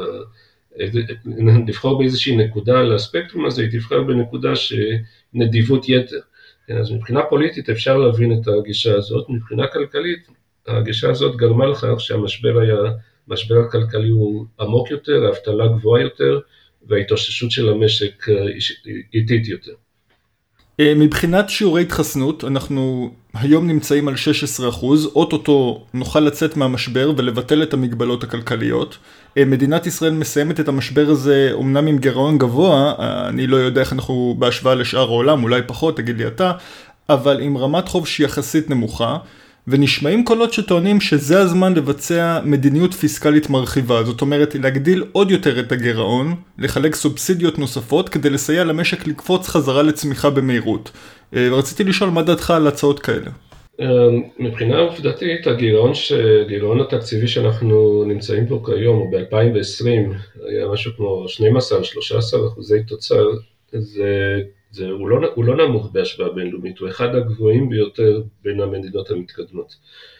לבחור באיזושהי נקודה על הספקטרום הזה, היא תבחר בנקודה שנדיבות יתר. אז מבחינה פוליטית אפשר להבין את הגישה הזאת, מבחינה כלכלית הגישה הזאת גרמה לכך שהמשבר היה, משבר הכלכלי הוא עמוק יותר, האבטלה גבוהה יותר, וההתאוששות של המשק איטית יותר. מבחינת שיעורי התחסנות, אנחנו היום נמצאים על שש עשרה אחוז, אוטוטו נוכל לצאת מהמשבר ולבטל את המגבלות הכלכליות. מדינת ישראל מסיימת את המשבר הזה אומנם עם גירעון גבוה, אני לא יודע איך אנחנו בהשוואה לשאר העולם, אולי פחות, תגיד לי אתה, אבל עם רמת חוב שיחסית נמוכה, ונשמעים קולות שטוענים שזה הזמן לבצע מדיניות פיסקלית מרחיבה, זאת אומרת להגדיל עוד יותר את הגירעון, לחלק סובסידיות נוספות כדי לסייע למשק לקפוץ חזרה לצמיחה במהירות. ורציתי לשאול מה דעתך על הצעות כאלה. מבחינה עובדתית, הגירעון, הגירעון התקציבי שאנחנו נמצאים פה כיום, או ב-אלפיים ועשרים, היה משהו כמו שנים עשר שלושה עשר אחוזי תוצר, זה... זה, הוא, לא, הוא לא נמוך בהשוואה בינלאומית, הוא אחד הגבוהים ביותר בין המדינות המתקדמות.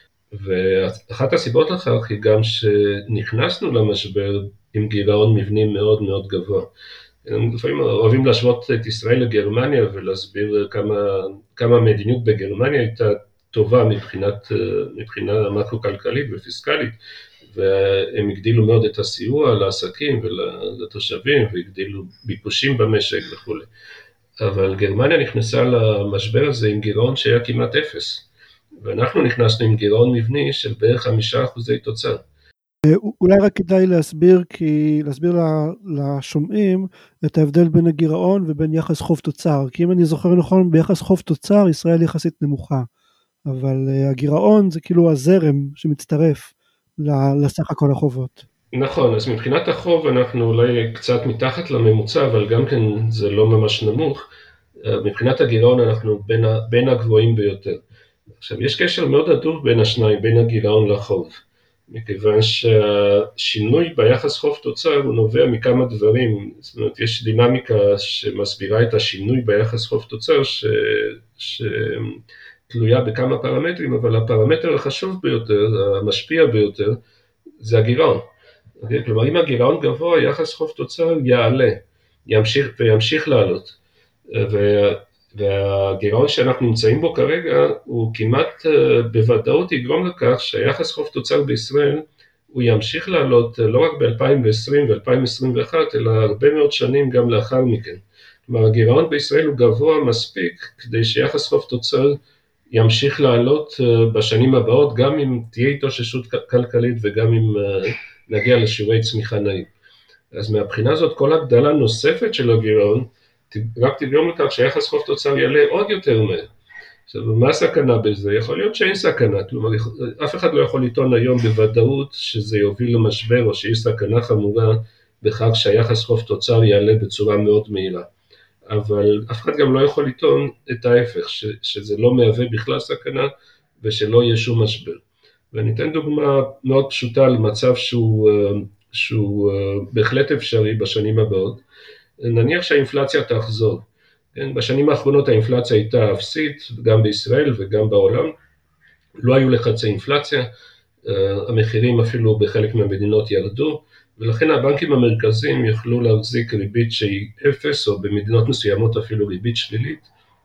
ואחת הסיבות לכך היא גם שנכנסנו למשבר עם גירעון מבנים מאוד מאוד גבוה. לפעמים אוהבים להשוות את ישראל לגרמניה ולהסביר כמה, כמה המדיניות בגרמניה הייתה טובה מבחינת, מבחינה מקרו-כלכלית ופיסקלית, והם הגדילו מאוד את הסיוע לעסקים ולתושבים, והגדילו ביקושים במשק וכו'. אבל גרמניה נכנסה למשבר הזה עם גירעון שהיה כמעט אפס, ואנחנו נכנסנו עם גירעון מבני של בערך חמישה אחוזי תוצר. אולי רק כדאי להסביר, כי להסביר לשומעים את ההבדל בין הגירעון ובין יחס חוב תוצר, כי אם אני זוכר נכון, ביחס חוב תוצר ישראל יחסית נמוכה, אבל הגירעון זה כאילו הזרם שמצטרף לסך הכל החובות. נכון, אז מבחינת החוב אנחנו אולי קצת מתחת לממוצע, אבל גם כן זה לא ממש נמוך. מבחינת הגירעון אנחנו בין, בין הגבוהים ביותר. עכשיו, יש קשר מאוד הדוק בין השניים, בין הגירעון לחוב, מכיוון שהשינוי ביחס חוב תוצר הוא נובע מכמה דברים, זאת אומרת, יש דינמיקה שמסבירה את השינוי ביחס חוב תוצר, ש... שתלויה בכמה פרמטרים, אבל הפרמטר החשוב ביותר, המשפיע ביותר, זה הגירעון. כלומר, אם הגירעון גבוה, יחס חוב תוצר יעלה, ימשיך וימשיך לעלות. וה... והגירעון שאנחנו נמצאים בו כרגע הוא כמעט בוודאות יגרום לכך שהיחס חוב תוצר בישראל הוא ימשיך לעלות לא רק ב-אלפיים ועשרים ו-אלפיים עשרים ואחת אלא הרבה מאוד שנים גם לאחר מכן. כלומר הגירעון בישראל הוא גבוה מספיק כדי שיחס חוב תוצר ימשיך לעלות בשנים הבאות גם אם תהיה התאוששות כלכלית וגם אם נגיע לשיעורי צמיחה נאים. אז מהבחינה הזאת כל הגדלה נוספת של הגירעון רק תגרום לכך שהיחס חוב תוצר יעלה עוד יותר מהר. עכשיו, מה הסכנה בזה? יכול להיות שאין סכנה, כלומר, אף אחד לא יכול לטעון היום בוודאות שזה יוביל למשבר, או שיש סכנה חמורה בכך שהיחס חוב תוצר יעלה בצורה מאוד מהירה. אבל אף אחד גם לא יכול לטעון את ההפך, ש, שזה לא מהווה בכלל סכנה, ושלא יהיה שום משבר. ואני אתן דוגמה מאוד פשוטה למצב שהוא, שהוא בהחלט אפשרי בשנים הבאות. נניח שהאינפלציה תחזור, כן? בשנים האחרונות האינפלציה הייתה אפסית, גם בישראל וגם בעולם, לא היו לחצי אינפלציה, המחירים אפילו בחלק מהמדינות ירדו, ולכן הבנקים המרכזיים יוכלו להחזיק ריבית שהיא אפס, או במדינות מסוימות אפילו ריבית שלילית,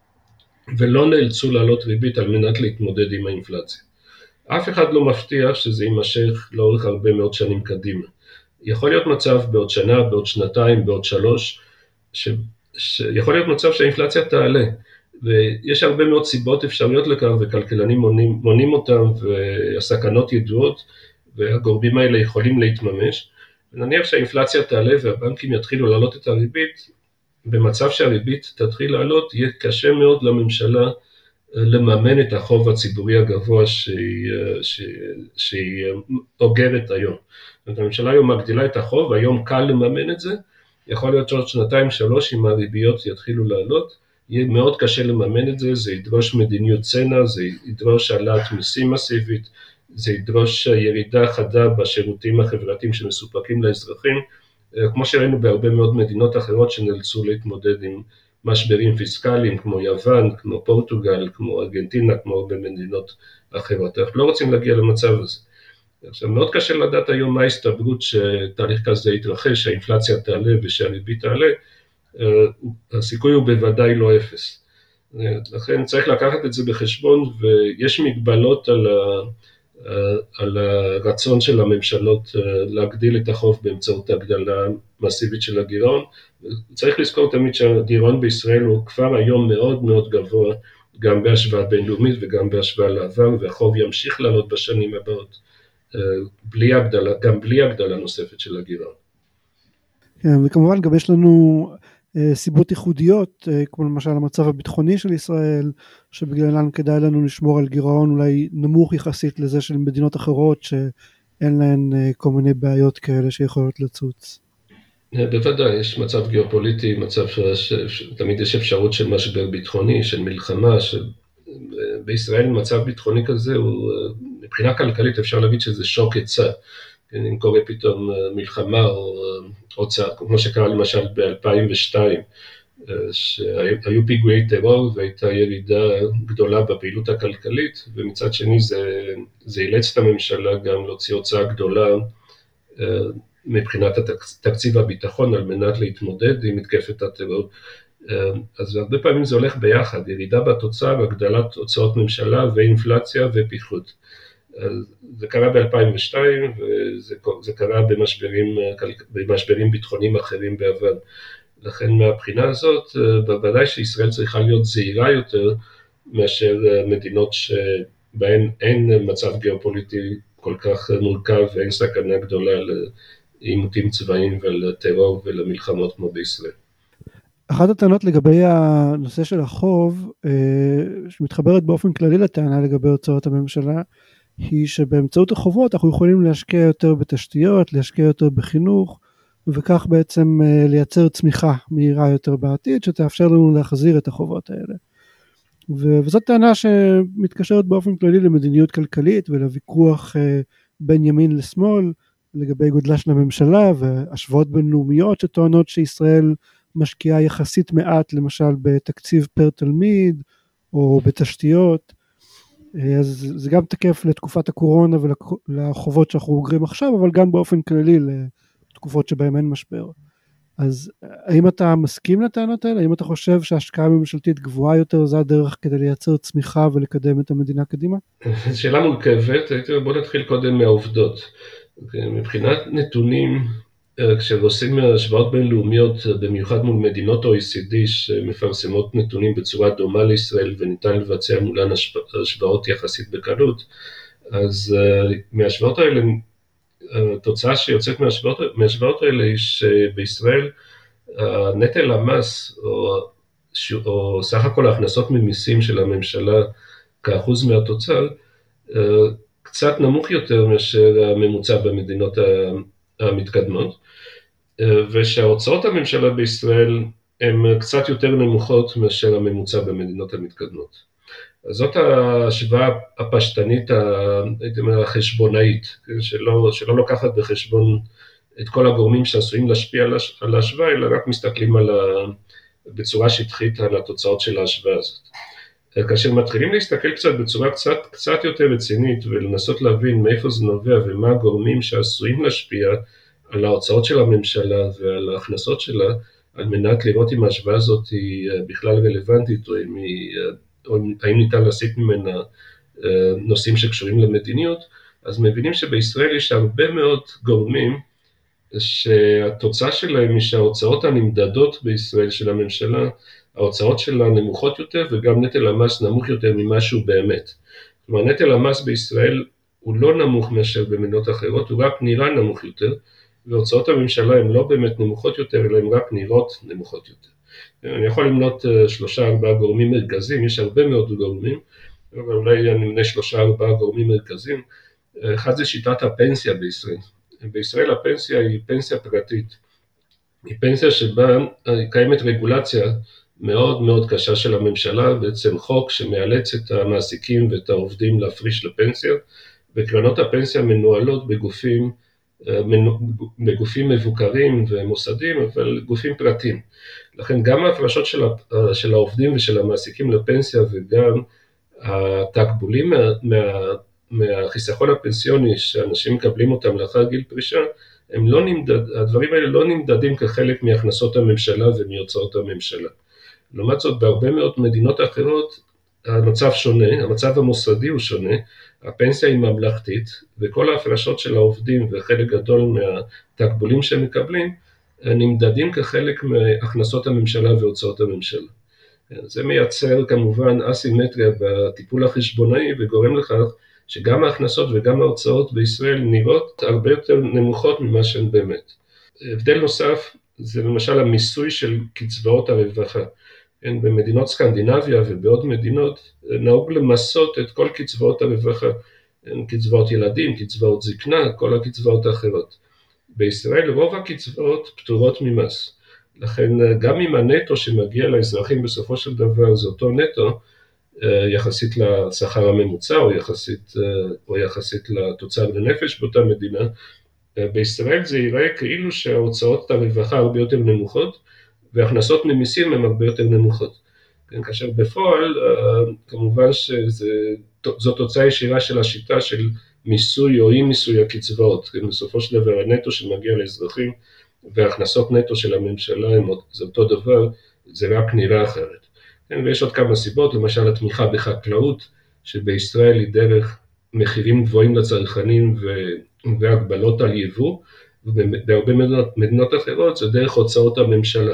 ולא נאלצו לעלות ריבית על מנת להתמודד עם האינפלציה. אף אחד לא מבטיח שזה יימשך לאורך הרבה מאוד שנים קדימה. יכול להיות מצב בעוד שנה, בעוד שנתיים, בעוד שלוש, ש... שיכול להיות מצב שהאינפלציה תעלה, ויש הרבה מאוד סיבות אפשריות לכך, וכלכלנים מונים, מונים אותם, והסכנות ידועות, והגורמים האלה יכולים להתממש. ונניח שהאינפלציה תעלה, והבנקים יתחילו לעלות את הריבית, במצב שהריבית תתחיל לעלות, יהיה קשה מאוד לממשלה לממן את החוב הציבורי הגבוה שהיא, שהיא אוגרת היום. הממשלה היום מגדילה את החוב, היום קל לממן את זה, יכול להיות שעוד שנתיים שלוש אם הריביות יתחילו לעלות, יהיה מאוד קשה לממן את זה, זה ידרוש מדיניות צנע, זה ידרוש העלאת מיסים מסיבית, זה ידרוש ירידה חדה בשירותים החברתיים שמסופקים לאזרחים, כמו שראינו בהרבה מאוד מדינות אחרות שנאלצו להתמודד עם משברים פיסקליים כמו יוון, כמו פורטוגל, כמו ארגנטינה, כמו הרבה מדינות אחרות. אנחנו לא רוצים להגיע למצב הזה. עכשיו, מאוד קשה לדעת היום מה ההסתברות שתהליך כזה יתרחש, שהאינפלציה תעלה ושהריבית תעלה, הסיכוי הוא בוודאי לא אפס. לכן צריך לקחת את זה בחשבון, ויש מגבלות על, ה, על הרצון של הממשלות להגדיל את החוב באמצעות הגדלה מסיבית של הגירעון. צריך לזכור תמיד שהגירעון בישראל הוא כבר היום מאוד מאוד גבוה, גם בהשוואה בינלאומית וגם בהשוואה לעבר, והחוב ימשיך לעלות בשנים הבאות. בלי הגדלה, גם בלי הגדלה נוספת של הגירעון. כן, וכמובן גם יש לנו אה, סיבות ייחודיות, אה, כמו למשל המצב הביטחוני של ישראל, שבגללן כדאי לנו לשמור על גירעון אולי נמוך יחסית לזה של מדינות אחרות, שאין להן אה, כל מיני בעיות כאלה שיכולות לצוץ. בוודאי, יש מצב גיאופוליטי, מצב שתמיד יש אפשרות של משבר ביטחוני, של מלחמה, של... בישראל מצב ביטחוני כזה, הוא, מבחינה כלכלית אפשר להגיד שזה שוק היצע, אם קורה פתאום מלחמה או הוצאה, כמו שקרה למשל ב-אלפיים ושתיים, שהיו פיגועי טרור והייתה ירידה גדולה בפעילות הכלכלית, ומצד שני זה, זה אילץ את הממשלה גם להוציא הוצאה גדולה מבחינת תקציב הביטחון על מנת להתמודד עם מתקפת הטרור. אז הרבה פעמים זה הולך ביחד, ירידה בתוצר, הגדלת הוצאות ממשלה ואינפלציה ופיחות. זה קרה ב-אלפיים ושתיים וזה קרה במשברים, במשברים ביטחוניים אחרים בעבר. לכן מהבחינה הזאת, בוודאי שישראל צריכה להיות זהירה יותר מאשר מדינות שבהן אין מצב גיאופוליטי כל כך מורכב ואין סכנה גדולה לעימותים צבאיים ולטרור ולמלחמות כמו בישראל. אחת הטענות לגבי הנושא של החוב, שמתחברת באופן כללי לטענה לגבי הוצאות הממשלה, היא שבאמצעות החובות אנחנו יכולים להשקיע יותר בתשתיות, להשקיע יותר בחינוך, וכך בעצם לייצר צמיחה מהירה יותר בעתיד, שתאפשר לנו להחזיר את החובות האלה. וזאת טענה שמתקשרת באופן כללי למדיניות כלכלית, ולוויכוח בין ימין לשמאל, לגבי גודלה של הממשלה, והשוואות בינלאומיות שטוענות שישראל משקיעה יחסית מעט, למשל בתקציב פר תלמיד, או בתשתיות. אז זה גם תקף לתקופת הקורונה ולחובות שאנחנו אוגרים עכשיו, אבל גם באופן כללי לתקופות שבהן אין משבר. אז האם אתה מסכים לטענות האלה? האם אתה חושב שההשקעה ממשלתית גבוהה יותר, זה הדרך כדי לייצר צמיחה ולקדם את המדינה קדימה? שאלה מורכבת, בוא נתחיל קודם מהעובדות. מבחינת נתונים, כשעושים השוואות בינלאומיות, במיוחד מול מדינות או אי סי די שמפרסמות נתונים בצורה דומה לישראל וניתן לבצע מולן השוואות יחסית בקלות, אז מהשוואות האלה, התוצאה שיוצאת מהשוואות, מהשוואות האלה היא שבישראל נטל המס או, או סך הכל ההכנסות ממיסים של הממשלה כאחוז מהתוצר קצת נמוך יותר מאשר הממוצע במדינות המתקדמות, ושההוצאות הממשלה בישראל הן קצת יותר נמוכות מאשר הממוצע במדינות המתקדמות. אז זאת ההשוואה הפשטנית, הייתי אומר, החשבונאית, שלא, שלא לוקחת בחשבון את כל הגורמים שעשויים להשפיע על ההשוואה, אלא רק מסתכלים על ה, בצורה שטחית על התוצאות של ההשוואה הזאת. כאשר מתחילים להסתכל קצת בצורה קצת, קצת יותר רצינית ולנסות להבין מאיפה זה נובע ומה הגורמים שעשויים להשפיע על ההוצאות של הממשלה ועל ההכנסות שלה, על מנת לראות אם ההשוואה הזאת היא בכלל רלוונטית, או אם, היא, או האם ניתן להסיק ממנה נושאים שקשורים למדיניות, אז מבינים שבישראל יש הרבה מאוד גורמים שהתוצאה שלהם היא שההוצאות הנמדדות בישראל של הממשלה, ההוצאות שלה נמוכות יותר וגם נטל המס נמוך יותר ממה שהוא באמת. כלומר, נטל המס בישראל הוא לא נמוך מאשר במדינות אחרות, הוא רק נראה נמוך יותר, והוצאות הממשלה הן לא באמת נמוכות יותר, אלא הן רק נראות נמוכות יותר. אני יכול למנות שלושה ארבעה גורמים מרכזיים, יש הרבה מאוד גורמים, אבל אולי אני מנה שלושה ארבעה גורמים מרכזיים. אחד זה שיטת הפנסיה בישראל. בישראל הפנסיה היא פנסיה פרטית. היא פנסיה שבה קיימת רגולציה מאוד מאוד קשה של הממשלה, בעצם חוק שמאלץ את המעסיקים ואת העובדים להפריש לפנסיה, וקרנות הפנסיה מנוהלות בגופים, בגופים מבוקרים ומוסדים, אבל גופים פרטיים. לכן גם ההפרשות של, של העובדים ושל המעסיקים לפנסיה וגם התקבולים מה, מה, מהחיסכון הפנסיוני שאנשים מקבלים אותם לאחר גיל פרישה, הם לא נמדד, הדברים האלה לא נמדדים כחלק מהכנסות הממשלה ומהוצאות הממשלה. לעומת זאת, בהרבה מאוד מדינות אחרות, המצב שונה, המצב המוסדי הוא שונה, הפנסיה היא ממלכתית, וכל ההפרשות של העובדים וחלק גדול מהתקבולים שהם מקבלים, נמדדים כחלק מהכנסות הממשלה והוצאות הממשלה. זה מייצר כמובן אסימטריה בטיפול החשבונאי, וגורם לכך שגם ההכנסות וגם ההוצאות בישראל נראות הרבה יותר נמוכות ממה שהן באמת. הבדל נוסף זה למשל המיסוי של קצבאות הרווחה. במדינות סקנדינביה ובעוד מדינות נהוג למסות את כל קצבאות הרווחה, קצבאות ילדים, קצבאות זקנה, כל הקצבאות האחרות. בישראל רוב הקצבאות פטורות ממס. לכן גם אם הנטו שמגיע לאזרחים בסופו של דבר זה אותו נטו, יחסית לשכר הממוצע או יחסית, או יחסית לתוצר לנפש באותה מדינה, בישראל זה יראה כאילו שההוצאות הרווחה הרבה יותר נמוכות, והכנסות ממיסים הן הרבה יותר נמוכות. כאשר בפועל, כמובן שזו תוצאה ישירה של השיטה של מיסוי או אי מיסוי הקצבאות. בסופו של דבר הנטו שמגיע לאזרחים והכנסות נטו של הממשלה זה אותו דבר, זה רק נראה אחרת. ויש עוד כמה סיבות, למשל התמיכה בחקלאות, שבישראל היא דרך מחירים גבוהים לצרכנים והגבלות על יבוא, ובהרבה מדינות אחרות זה דרך הוצאות הממשלה.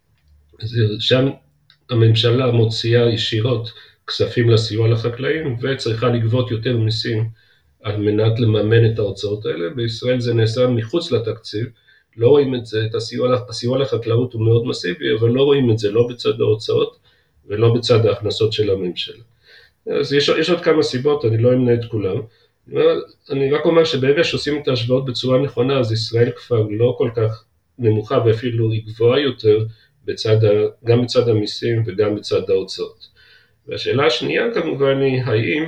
שם הממשלה מוציאה ישירות כספים לסיוע לחקלאים וצריכה לגבות יותר מיסים על מנת לממן את ההוצאות האלה. בישראל זה נעשה מחוץ לתקציב, לא רואים את זה, את הסיוע, הסיוע לחקלאות הוא מאוד מסיבי, אבל לא רואים את זה לא בצד ההוצאות ולא בצד ההכנסות של הממשלה. אז יש, יש עוד כמה סיבות, אני לא אמנה את כולם, אני רק אומר שברגע שעושים את ההשוואות בצורה נכונה, אז ישראל כבר לא כל כך נמוכה ואפילו היא גבוהה יותר, בצד, גם בצד המיסים וגם בצד ההוצאות. והשאלה השנייה כמובן היא, האם,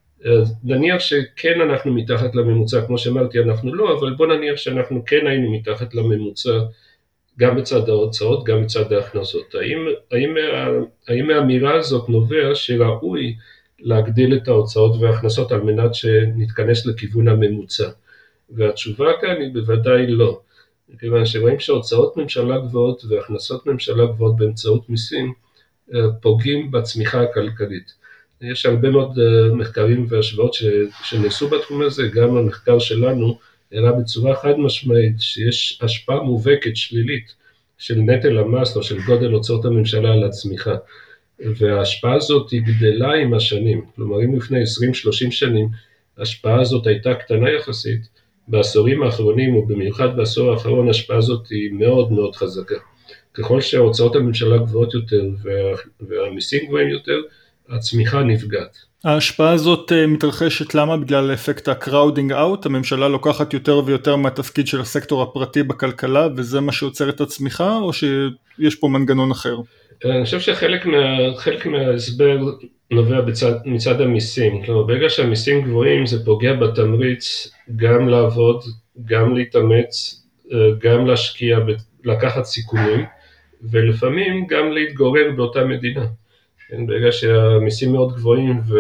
נניח שכן אנחנו מתחת לממוצע, כמו שאמרתי אנחנו לא, אבל בוא נניח שאנחנו כן היינו מתחת לממוצע, גם בצד ההוצאות, גם בצד ההכנסות. האם, האם, האם האמירה הזאת נובע שראוי להגדיל את ההוצאות וההכנסות על מנת שנתכנס לכיוון הממוצע? והתשובה כאן היא בוודאי לא. כיוון שרואים שהוצאות ממשלה גבוהות והכנסות ממשלה גבוהות באמצעות מיסים פוגעים בצמיחה הכלכלית. יש הרבה מאוד מחקרים והשוואות שנעשו בתחום הזה, גם המחקר שלנו הראה בצורה חד משמעית שיש השפעה מובהקת שלילית של נטל המס או של גודל הוצאות הממשלה על הצמיחה. וההשפעה הזאת היא גדלה עם השנים, כלומר אם לפני עשרים שלושים שנים ההשפעה הזאת הייתה קטנה יחסית, בעשורים האחרונים ובמיוחד בעשור האחרון ההשפעה הזאת היא מאוד מאוד חזקה. ככל שההוצאות הממשלה גבוהות יותר וה, והמיסים גבוהים יותר, הצמיחה נפגעת. ההשפעה הזאת מתרחשת למה? בגלל אפקט ה-crowding out, הממשלה לוקחת יותר ויותר מהתפקיד של הסקטור הפרטי בכלכלה, וזה מה שיוצר את הצמיחה, או שיש פה מנגנון אחר? אני חושב שחלק מה, חלק מההסבר נובע בצד, מצד המיסים, כלומר ברגע שהמיסים גבוהים זה פוגע בתמריץ גם לעבוד, גם להתאמץ, גם להשקיע, לקחת סיכונים, ולפעמים גם להתגורר באותה מדינה. ברגע שהמיסים מאוד גבוהים ו...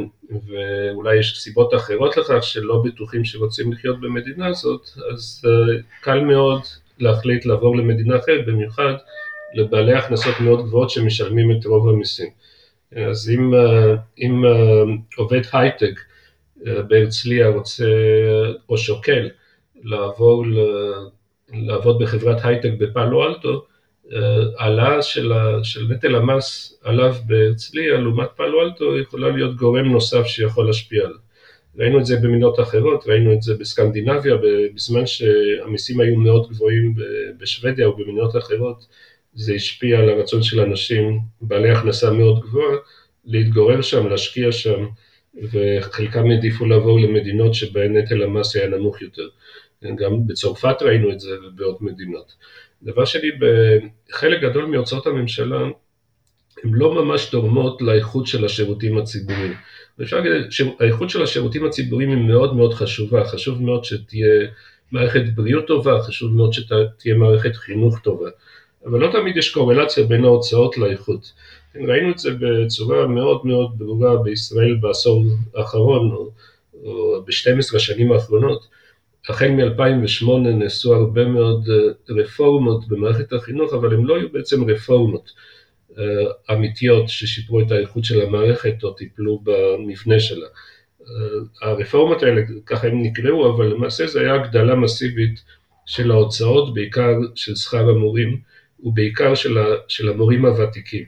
ואולי יש סיבות אחרות לכך שלא בטוחים שרוצים לחיות במדינה הזאת, אז קל מאוד להחליט לעבור למדינה אחרת, במיוחד לבעלי הכנסות מאוד גבוהות שמשלמים את רוב המיסים. אז אם, אם עובד הייטק בהרצליה רוצה או שוקל לעבור, לעבוד בחברת הייטק בפאלו אלטו, העלאה של, של נטל המס עליו בהרצליה לעומת פאלו אלטו יכולה להיות גורם נוסף שיכול להשפיע עליו. ראינו את זה במדינות אחרות, ראינו את זה בסקנדינביה, בזמן שהמיסים היו מאוד גבוהים בשוודיה או במדינות אחרות, זה השפיע על הרצון של אנשים בעלי הכנסה מאוד גבוהה להתגורר שם, להשקיע שם, וחלקם העדיפו לעבור למדינות שבהן נטל המס היה נמוך יותר. גם בצרפת ראינו את זה ובעוד מדינות. דבר שלי, בחלק גדול מהוצאות הממשלה, הן לא ממש דורמות לאיכות של השירותים הציבוריים. ואפשר להגיד שהאיכות של השירותים הציבוריים היא מאוד מאוד חשובה, חשוב מאוד שתהיה מערכת בריאות טובה, חשוב מאוד שתהיה מערכת חינוך טובה. אבל לא תמיד יש קורלציה בין ההוצאות לאיכות. ראינו את זה בצורה מאוד מאוד ברורה בישראל בעשור האחרון, או, או ב-שתים עשרה שנים האחרונות. החל מ-אלפיים ושמונה נעשו הרבה מאוד רפורמות במערכת החינוך, אבל הם לא היו בעצם רפורמות uh, אמיתיות ששיפרו את האיכות של המערכת או טיפלו במבנה שלה. Uh, הרפורמות האלה, ככה הם נקראו, אבל למעשה זה היה הגדלה מסיבית של ההוצאות, בעיקר של שכר המורים, ובעיקר של, ה, של המורים הוותיקים.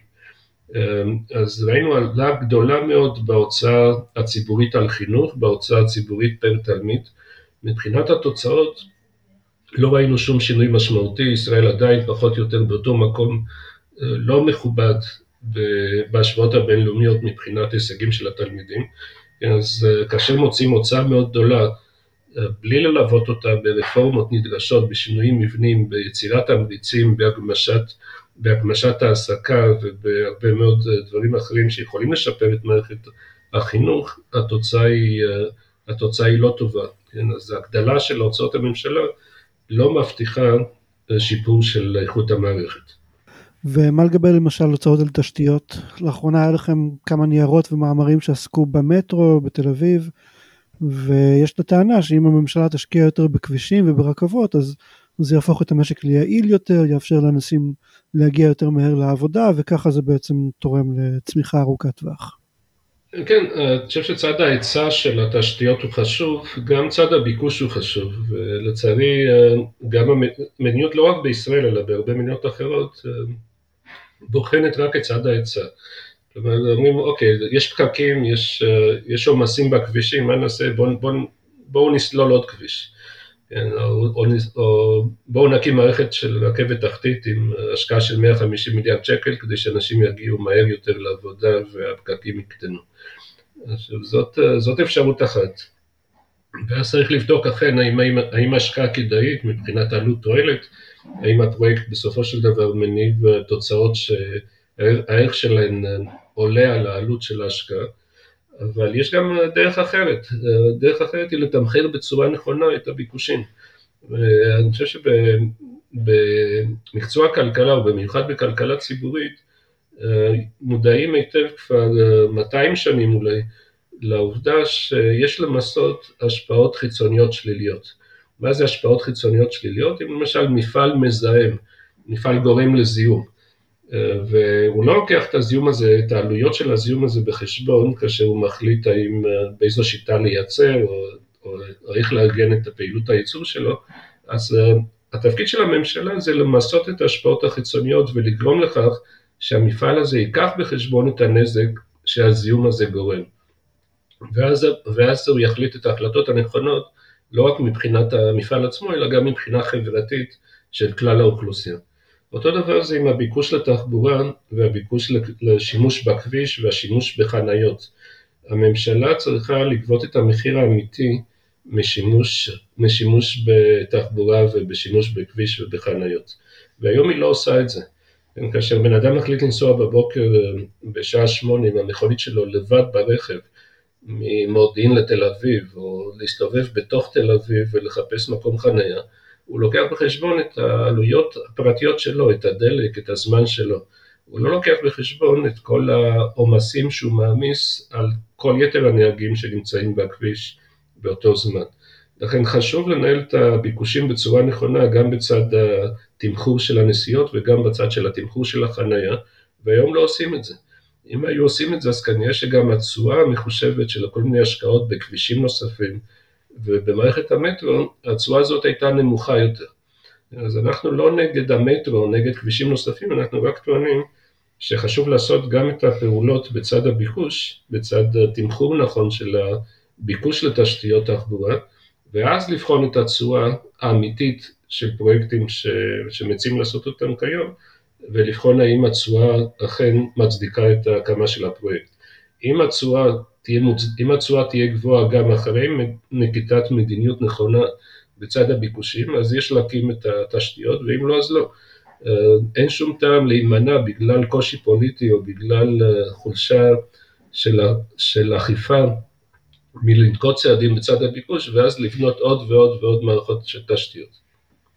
אז ראינו עלייה גדולה מאוד בהוצאה הציבורית על חינוך, בהוצאה הציבורית פר תלמיד. מבחינת התוצאות לא ראינו שום שינוי משמעותי, ישראל עדיין פחות או יותר באותו מקום לא מכובד בהשוואות הבינלאומיות מבחינת הישגים של התלמידים. אז כאשר מוצאים הוצאה מאוד גדולה, בלי ללוות אותה ברפורמות נדרשות, בשינויים מבנים, ביצירת תמריצים, בהגמשת, בהגמשת העסקה ובהרבה מאוד דברים אחרים שיכולים לשפר את מערכת החינוך, התוצאה היא, התוצאה היא לא טובה. כן? אז ההגדלה של הוצאות הממשלה לא מבטיחה שיפור של איכות המערכת. ומה לגבי למשל הוצאות על תשתיות? לאחרונה היה לכם כמה ניירות ומאמרים שעסקו במטרו, בתל אביב, ויש את הטענה שאם הממשלה תשקיע יותר בכבישים וברכבות, אז זה יהפוך את המשק ליעיל יותר, יאפשר לאנשים להגיע יותר מהר לעבודה, וככה זה בעצם תורם לצמיחה ארוכת טווח. כן, אני חושב שצד ההיצע של התשתיות הוא חשוב, גם צד הביקוש הוא חשוב, ולצערי גם המדיניות לא רק בישראל, אלא בהרבה מדינות אחרות, בוחנת רק את צד ההיצע. כלומר, אומרים, אוקיי, יש פקקים, יש, יש עומסים בכבישים, מה נעשה? בואו בוא, בוא נסלול עוד כביש. כן, או, או, או בואו נקים מערכת של רכבת תחתית עם השקעה של מאה וחמישים מיליארד שקל, כדי שאנשים יגיעו מהר יותר לעבודה והפקקים יקטנו. עכשיו, זאת, זאת אפשרות אחת. ואז צריך לבדוק אכן האם, האם, האם ההשקעה כדאית מבחינת עלות תועלת, האם הפרויקט בסופו של דבר מניב תוצאות שהערך שלהן עולה על העלות של ההשקעה, אבל יש גם דרך אחרת, דרך אחרת היא לתמחר בצורה נכונה את הביקושים. ואני חושב שבמקצוע הכלכלה, ובמיוחד בכלכלה ציבורית, מודעים היטב כבר מאתיים שנים אולי, לעובדה שיש למסות השפעות חיצוניות שליליות. מה זה השפעות חיצוניות שליליות? אם למשל מפעל מזהם, מפעל גורם לזיהום, והוא לא לוקח את הזיהום הזה, את העלויות של הזיהום הזה בחשבון, כאשר הוא מחליט האם באיזו שיטה לייצר, או, או, או איך לארגן את הפעילות הייצור שלו, אז התפקיד של הממשלה זה למסות את ההשפעות החיצוניות, ולגרום לכך שהמפעל הזה ייקח בחשבון את הנזק שהזיהום הזה גורם. ואז, ואז הוא יחליט את ההחלטות הנכונות, לא רק מבחינת המפעל עצמו, אלא גם מבחינה חברתית של כלל האוכלוסייה. אותו דבר זה עם הביקוש לתחבורה והביקוש לשימוש בכביש והשימוש בחניות. הממשלה צריכה לגבות את המחיר האמיתי משימוש, משימוש בתחבורה ובשימוש בכביש ובחניות. והיום היא לא עושה את זה. כאשר בן אדם מחליט לנסוע בבוקר בשעה שמונה עם המכונית שלו לבד ברכב, ממודיעין לתל אביב, או להסתובב בתוך תל אביב ולחפש מקום חניה, הוא לוקח בחשבון את העלויות הפרטיות שלו, את הדלק, את הזמן שלו. הוא לא לוקח בחשבון את כל העומסים שהוא מעמיס על כל יתר הנהגים שנמצאים בכביש באותו זמן. לכן חשוב לנהל את הביקושים בצורה נכונה, גם בצד התמחור של הנסיעות וגם בצד של התמחור של החניה, והיום לא עושים את זה. אם היו עושים את זה, אז כנראה שגם התשואה המחושבת של כל מיני השקעות בכבישים נוספים, ובמערכת המטרו, התשואה הזאת הייתה נמוכה יותר. אז אנחנו לא נגד המטרו, נגד כבישים נוספים, אנחנו רק טוענים שחשוב לעשות גם את הפעולות בצד הביקוש, בצד תמחור נכון של הביקוש לתשתיות תחבורה, ואז לבחון את התשואה האמיתית של פרויקטים ש... שמציעים לעשות אותם כיום, ולבחון האם התשואה אכן מצדיקה את ההקמה של הפרויקט. אם התשואה תהיה, אם התשואה תהיה גבוהה גם אחרי נקיטת מדיניות נכונה בצד הביקושים, אז יש להקים את התשתיות, ואם לא אז לא. אין שום טעם להימנע בגלל קושי פוליטי או בגלל חולשה של, של אכיפה מלנקוט צעדים בצד הביקוש, ואז לבנות עוד ועוד ועוד מערכות של תשתיות.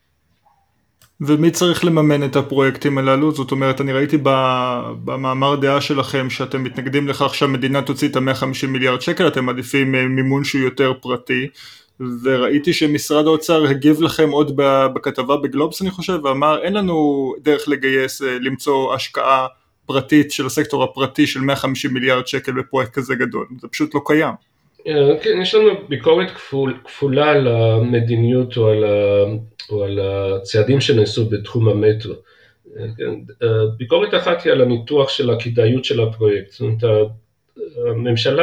ומי צריך לממן את הפרויקטים הללו? זאת אומרת, אני ראיתי במאמר דעה שלכם שאתם מתנגדים לכך שהמדינה תוציא את ה-מאה וחמישים מיליארד שקל, אתם מעדיפים מימון שהוא יותר פרטי, וראיתי שמשרד האוצר הגיב לכם עוד בכתבה בגלובס, אני חושב, ואמר, אין לנו דרך לגייס, למצוא השקעה פרטית של הסקטור הפרטי של מאה וחמישים מיליארד שקל בפרויקט כזה גדול, זה פשוט לא קיים. כן, יש לנו ביקורת כפול, כפולה על המדיניות או על, ה, או על הצעדים שנעשו בתחום המטרו. ביקורת אחת היא על הניתוח של הכדאיות של הפרויקט. זאת אומרת, הממשלה,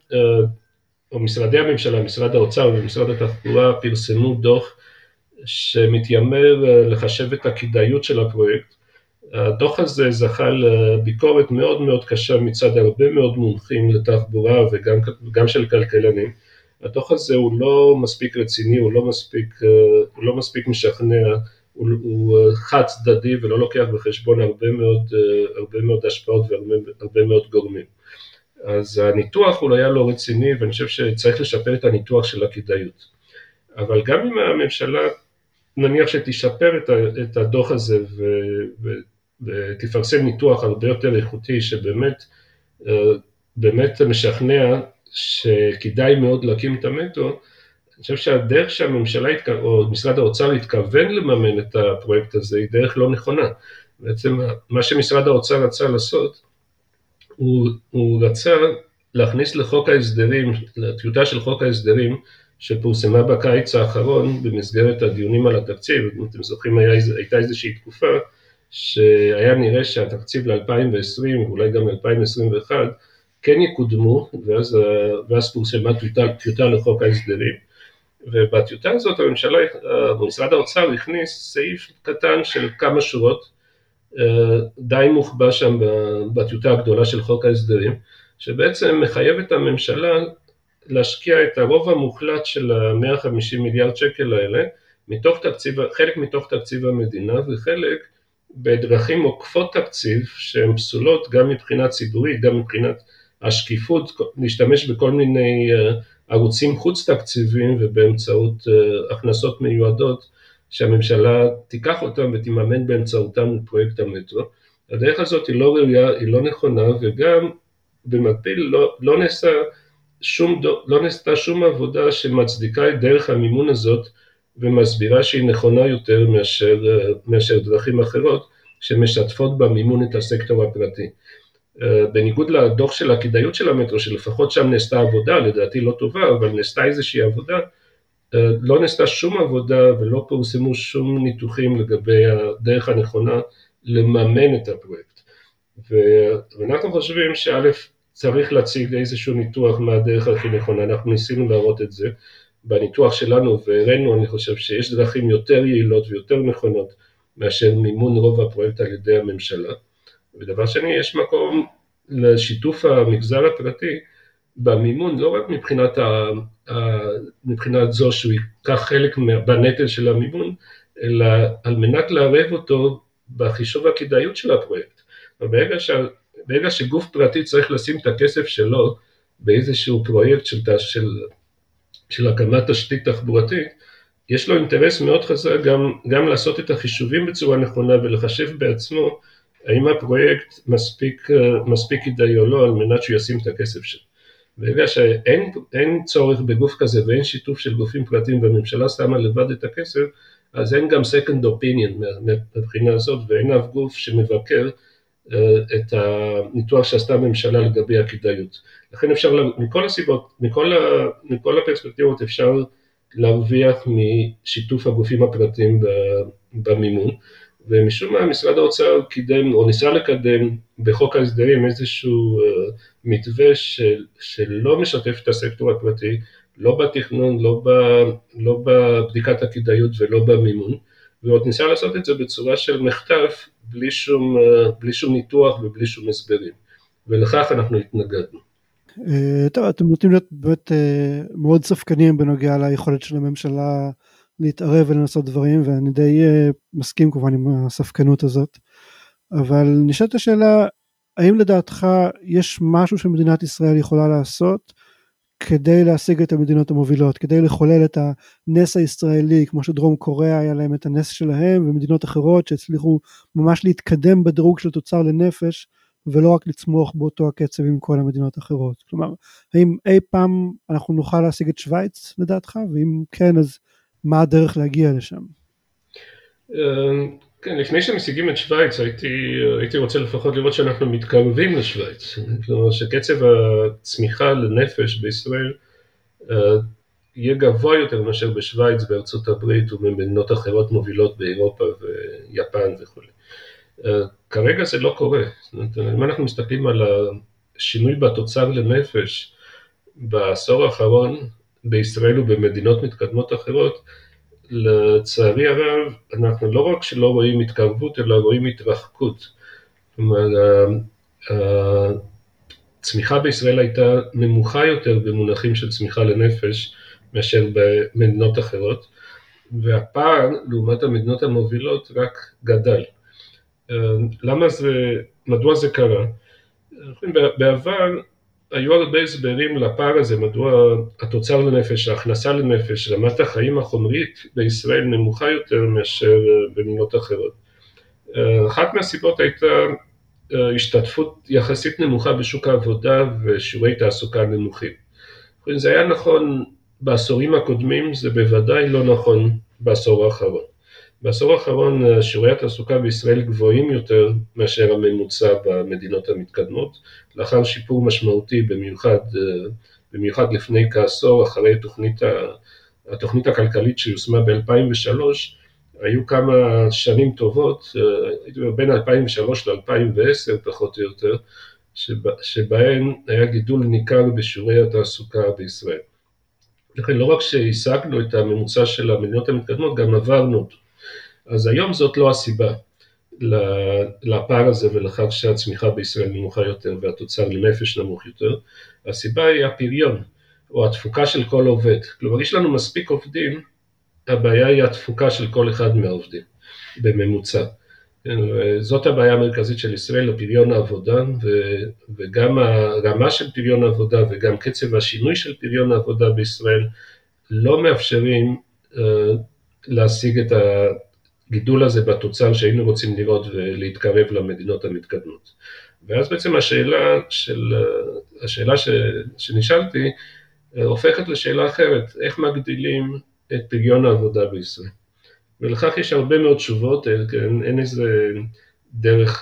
או משרדי הממשלה, משרד האוצר ומשרד התחבורה פרסמו דוח שמתיימר לחשב את הכדאיות של הפרויקט. הדוח הזה זכה לביקורת מאוד מאוד קשה מצד הרבה מאוד מומחים לתחבורה וגם גם של כלכלנים. הדוח הזה הוא לא מספיק רציני, הוא לא מספיק, הוא לא מספיק משכנע, הוא, הוא חד צדדי ולא לוקח בחשבון הרבה מאוד, הרבה מאוד השפעות והרבה מאוד גורמים. אז הניתוח הוא היה לא רציני, ואני חושב שצריך לשפר את הניתוח של הכדאיות. אבל גם אם הממשלה נניח שתשפר את הדוח הזה ו, ו, ותפרסם ניתוח הרבה יותר איכותי שבאמת באמת משכנע שכדאי מאוד להקים את המטרו, אני חושב שהדרך שהממשלה או משרד האוצר התכוון לממן את הפרויקט הזה היא דרך לא נכונה. בעצם מה שמשרד האוצר רצה לעשות, הוא, הוא רצה להכניס לחוק ההסדרים, לטיוטה של חוק ההסדרים, שפורסמה בקיץ האחרון במסגרת הדיונים על התקציב. אתם זוכרים, היה, הייתה איזושהי תקופה שהיה נראה שהתקציב ל-אלפיים ועשרים ואולי גם ל-אלפיים עשרים ואחת כן יקודמו, ואז, ואז פורסמה טיוטה, טיוטה לחוק ההסדרים, ובטיוטה הזאת הממשלה, משרד האוצר הכניס סעיף קטן של כמה שורות, די מוחבא שם בטיוטה הגדולה של חוק ההסדרים, שבעצם מחייב את הממשלה להשקיע את הרוב המוחלט של ה-מאה וחמישים מיליארד שקל האלה, מתוך תקציב, חלק מתוך תקציב המדינה וחלק בדרכים עוקפות תקציב שהן פסולות גם מבחינה ציבורית, גם מבחינת השקיפות, להשתמש בכל מיני ערוצים חוץ תקציביים ובאמצעות הכנסות מיועדות שהממשלה תיקח אותם ותממן באמצעותם את פרויקט המטרו. הדרך הזאת היא לא ראויה, היא לא נכונה, וגם במקביל לא, לא נעשה שום, לא נעשתה שום עבודה שמצדיקה את דרך המימון הזאת ומסבירה שהיא נכונה יותר מאשר, מאשר דרכים אחרות שמשתפות במימון את הסקטור הפרטי. בניגוד לדוח של הכדאיות של המטרו, שלפחות שם נעשתה עבודה, לדעתי לא טובה, אבל נעשתה איזושהי עבודה, לא נעשתה שום עבודה ולא פורסמו שום ניתוחים לגבי הדרך הנכונה לממן את הפרויקט. ואנחנו חושבים שא' צריך להציג איזשהו ניתוח מה הדרך הכי נכונה, אנחנו ניסינו להראות את זה בניתוח שלנו, והראינו, אני חושב שיש דרכים יותר יעילות ויותר נכונות מאשר מימון רוב הפרויקט על ידי הממשלה. ודבר שני, יש מקום לשיתוף המגזר הפרטי במימון, לא רק מבחינת, ה, ה, מבחינת זו שהוא ייקח חלק בנטל של המימון, אלא על מנת לערב אותו בחישוב הכדאיות של הפרויקט. וברגע ש, ברגע שגוף פרטי צריך לשים את הכסף שלו באיזשהו פרויקט של, של, של הקמת תשתית תחבורתית, יש לו אינטרס מאוד חזק גם, גם לעשות את החישובים בצורה נכונה ולחשב בעצמו האם הפרויקט מספיק, מספיק כדאי או לא על מנת שהוא ישים את הכסף שלו. ברגע שאין אין צורך בגוף כזה ואין שיתוף של גופים פרטיים והממשלה שמה לבד את הכסף, אז אין גם second opinion מבחינה הזאת, ואין אף גוף שמבקר את הניתוח שעשתה הממשלה לגבי הכדאיות. לכן אפשר, מכל הסיבות, מכל, ה, מכל הפרספקטיבות אפשר להרוויח משיתוף הגופים הפרטיים במימון, ומשום מה משרד האוצר קידם או ניסה לקדם בחוק ההסדרים איזשהו מתווה של, שלא משתף את הסקטור הפרטי, לא בתכנון, לא, ב, לא בבדיקת הכדאיות ולא במימון, ועוד ניסה לעשות את זה בצורה של מחטף, בלי שום, בלי שום ניתוח ובלי שום הסברים, ולכך אנחנו התנגדנו. טוב, אתם נוטים להיות באמת מאוד ספקנים בנוגע ליכולת של הממשלה להתערב ולנסות דברים, ואני די מסכים כמובן עם הספקנות הזאת, אבל נשאלת השאלה, האם לדעתך יש משהו שמדינת ישראל יכולה לעשות, כדי להשיג את המדינות המובילות, כדי לחולל את הנס הישראלי, כמו שדרום קוריאה היה להם את הנס שלהם, ומדינות אחרות שהצליחו ממש להתקדם בדירוג של תוצר לנפש, ולא רק לצמוח באותו הקצב עם כל המדינות האחרות. כלומר, האם אי פעם אנחנו נוכל להשיג את שוויץ לדעתך, ואם כן, אז מה הדרך להגיע לשם? כן, לפני שמשיגים את שוויץ, הייתי, הייתי רוצה לפחות לראות שאנחנו מתקרבים לשוויץ. כלומר, שקצב הצמיחה לנפש בישראל יהיה גבוה יותר מאשר בשוויץ, בארצות הברית ובמדינות אחרות מובילות באירופה ויפן וכו'. כרגע זה לא קורה. אם אנחנו מסתכלים על השינוי בתוצר לנפש בעשור האחרון בישראל ובמדינות מתקדמות אחרות, לצערי הרב, אנחנו לא רק שלא רואים התקרבות, אלא רואים התרחקות. כלומר, הצמיחה בישראל הייתה נמוכה יותר במונחים של צמיחה לנפש מאשר במדינות אחרות, והפער לעומת המדינות המובילות רק גדל. למה זה, מדוע זה קרה? בעבר היו הרבה הסברים לפער הזה, מדוע התוצר לנפש, ההכנסה לנפש, רמת החיים החומרית בישראל נמוכה יותר מאשר במדינות אחרות. אחת מהסיבות הייתה השתתפות יחסית נמוכה בשוק העבודה ושיעורי תעסוקה נמוכים. זה היה נכון בעשורים הקודמים, זה בוודאי לא נכון בעשור האחרון. בעשור האחרון שיעורי התעסוקה בישראל גבוהים יותר מאשר הממוצע במדינות המתקדמות, לאחר שיפור משמעותי במיוחד, במיוחד לפני כעשור, אחרי תוכנית, התוכנית הכלכלית שיושמה ב-אלפיים ושלוש, היו כמה שנים טובות, בין אלפיים ושלוש ל-אלפיים ועשר פחות או יותר, שבהן היה גידול ניכר בשיעורי התעסוקה בישראל. לכן לא רק שהשגנו את הממוצע של המדינות המתקדמות, גם עברנו אותו. אז היום זאת לא הסיבה לפער הזה ולכך שהצמיחה בישראל נמוכה יותר והתוצר לנפש נמוך יותר. הסיבה היא הפריון. או התפוקה של כל עובד. כלומר, יש לנו מספיק עובדים, הבעיה היא התפוקה של כל אחד מהעובדים, בממוצע. זאת הבעיה המרכזית של ישראל, הפריון העבודה, וגם הרמה של פריון העבודה וגם קצב השינוי של פריון העבודה בישראל, לא מאפשרים להשיג את הגידול הזה בתוצר שהיינו רוצים לראות ולהתקרב למדינות המתקדמות. ואז בעצם השאלה, של, השאלה ש, שנשאלתי הופכת לשאלה אחרת, איך מגדילים את פריון העבודה בישראל? ולכך יש הרבה מאוד תשובות, אין, אין איזה דרך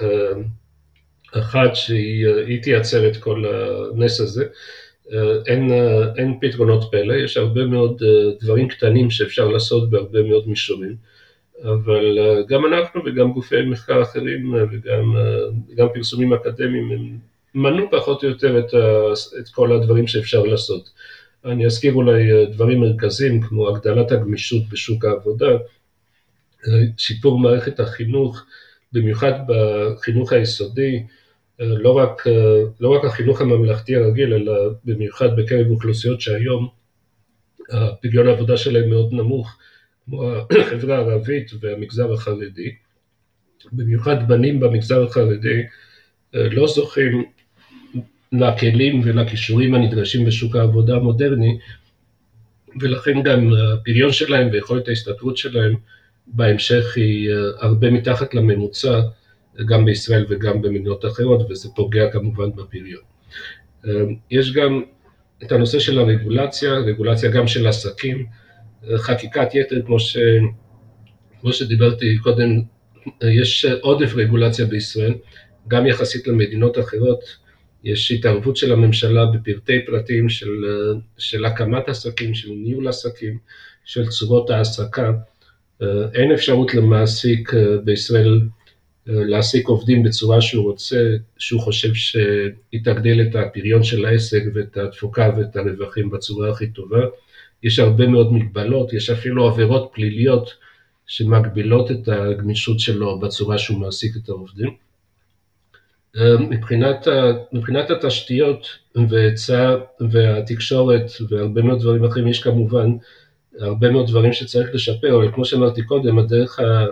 אחת שהיא תייצר את כל הנס הזה, אין, אין פתרונות פלא, יש הרבה מאוד דברים קטנים שאפשר לעשות בהרבה מאוד מישורים, אבל גם אנחנו וגם גופי מחקר אחרים וגם גם פרסומים אקדמיים הם מנו פחות או יותר את, ה, את כל הדברים שאפשר לעשות. אני אזכיר אולי דברים מרכזיים כמו הגדלת הגמישות בשוק העבודה, שיפור מערכת החינוך, במיוחד בחינוך היסודי, לא רק, לא רק החינוך הממלכתי הרגיל, אלא במיוחד בקרב אוכלוסיות שהיום הפריון העבודה שלהם מאוד נמוך, כמו החברה הערבית והמגזר החרדי. במיוחד בנים במגזר החרדי לא זוכים לכלים ולכישורים הנדרשים בשוק העבודה המודרני, ולכן גם הפריון שלהם ויכולת ההסתתרות שלהם בהמשך היא הרבה מתחת לממוצע, גם בישראל וגם במדינות אחרות, וזה פוגע כמובן בפריון. יש גם את הנושא של הרגולציה, רגולציה גם של עסקים, חקיקת יתר, כמו, ש... כמו שדיברתי קודם, יש עודף רגולציה בישראל, גם יחסית למדינות אחרות, יש התערבות של הממשלה בפרטי פרטים של, של הקמת עסקים, של ניהול עסקים, של צורות העסקה. אין אפשרות למעסיק בישראל להעסיק עובדים בצורה שהוא רוצה, שהוא חושב שיתגדיל את הפריון של העסק ואת התפוקה ואת הרווחים בצורה הכי טובה. יש הרבה מאוד מגבלות, יש אפילו עבירות פליליות שמגבילות את הגמישות שלו בצורה שהוא מעסיק את העובדים. מבחינת, מבחינת התשתיות והיצע והתקשורת והרבה מאוד דברים אחרים, יש כמובן הרבה מאוד דברים שצריך לשפר, אבל כמו שאמרתי קודם, הדרך ה...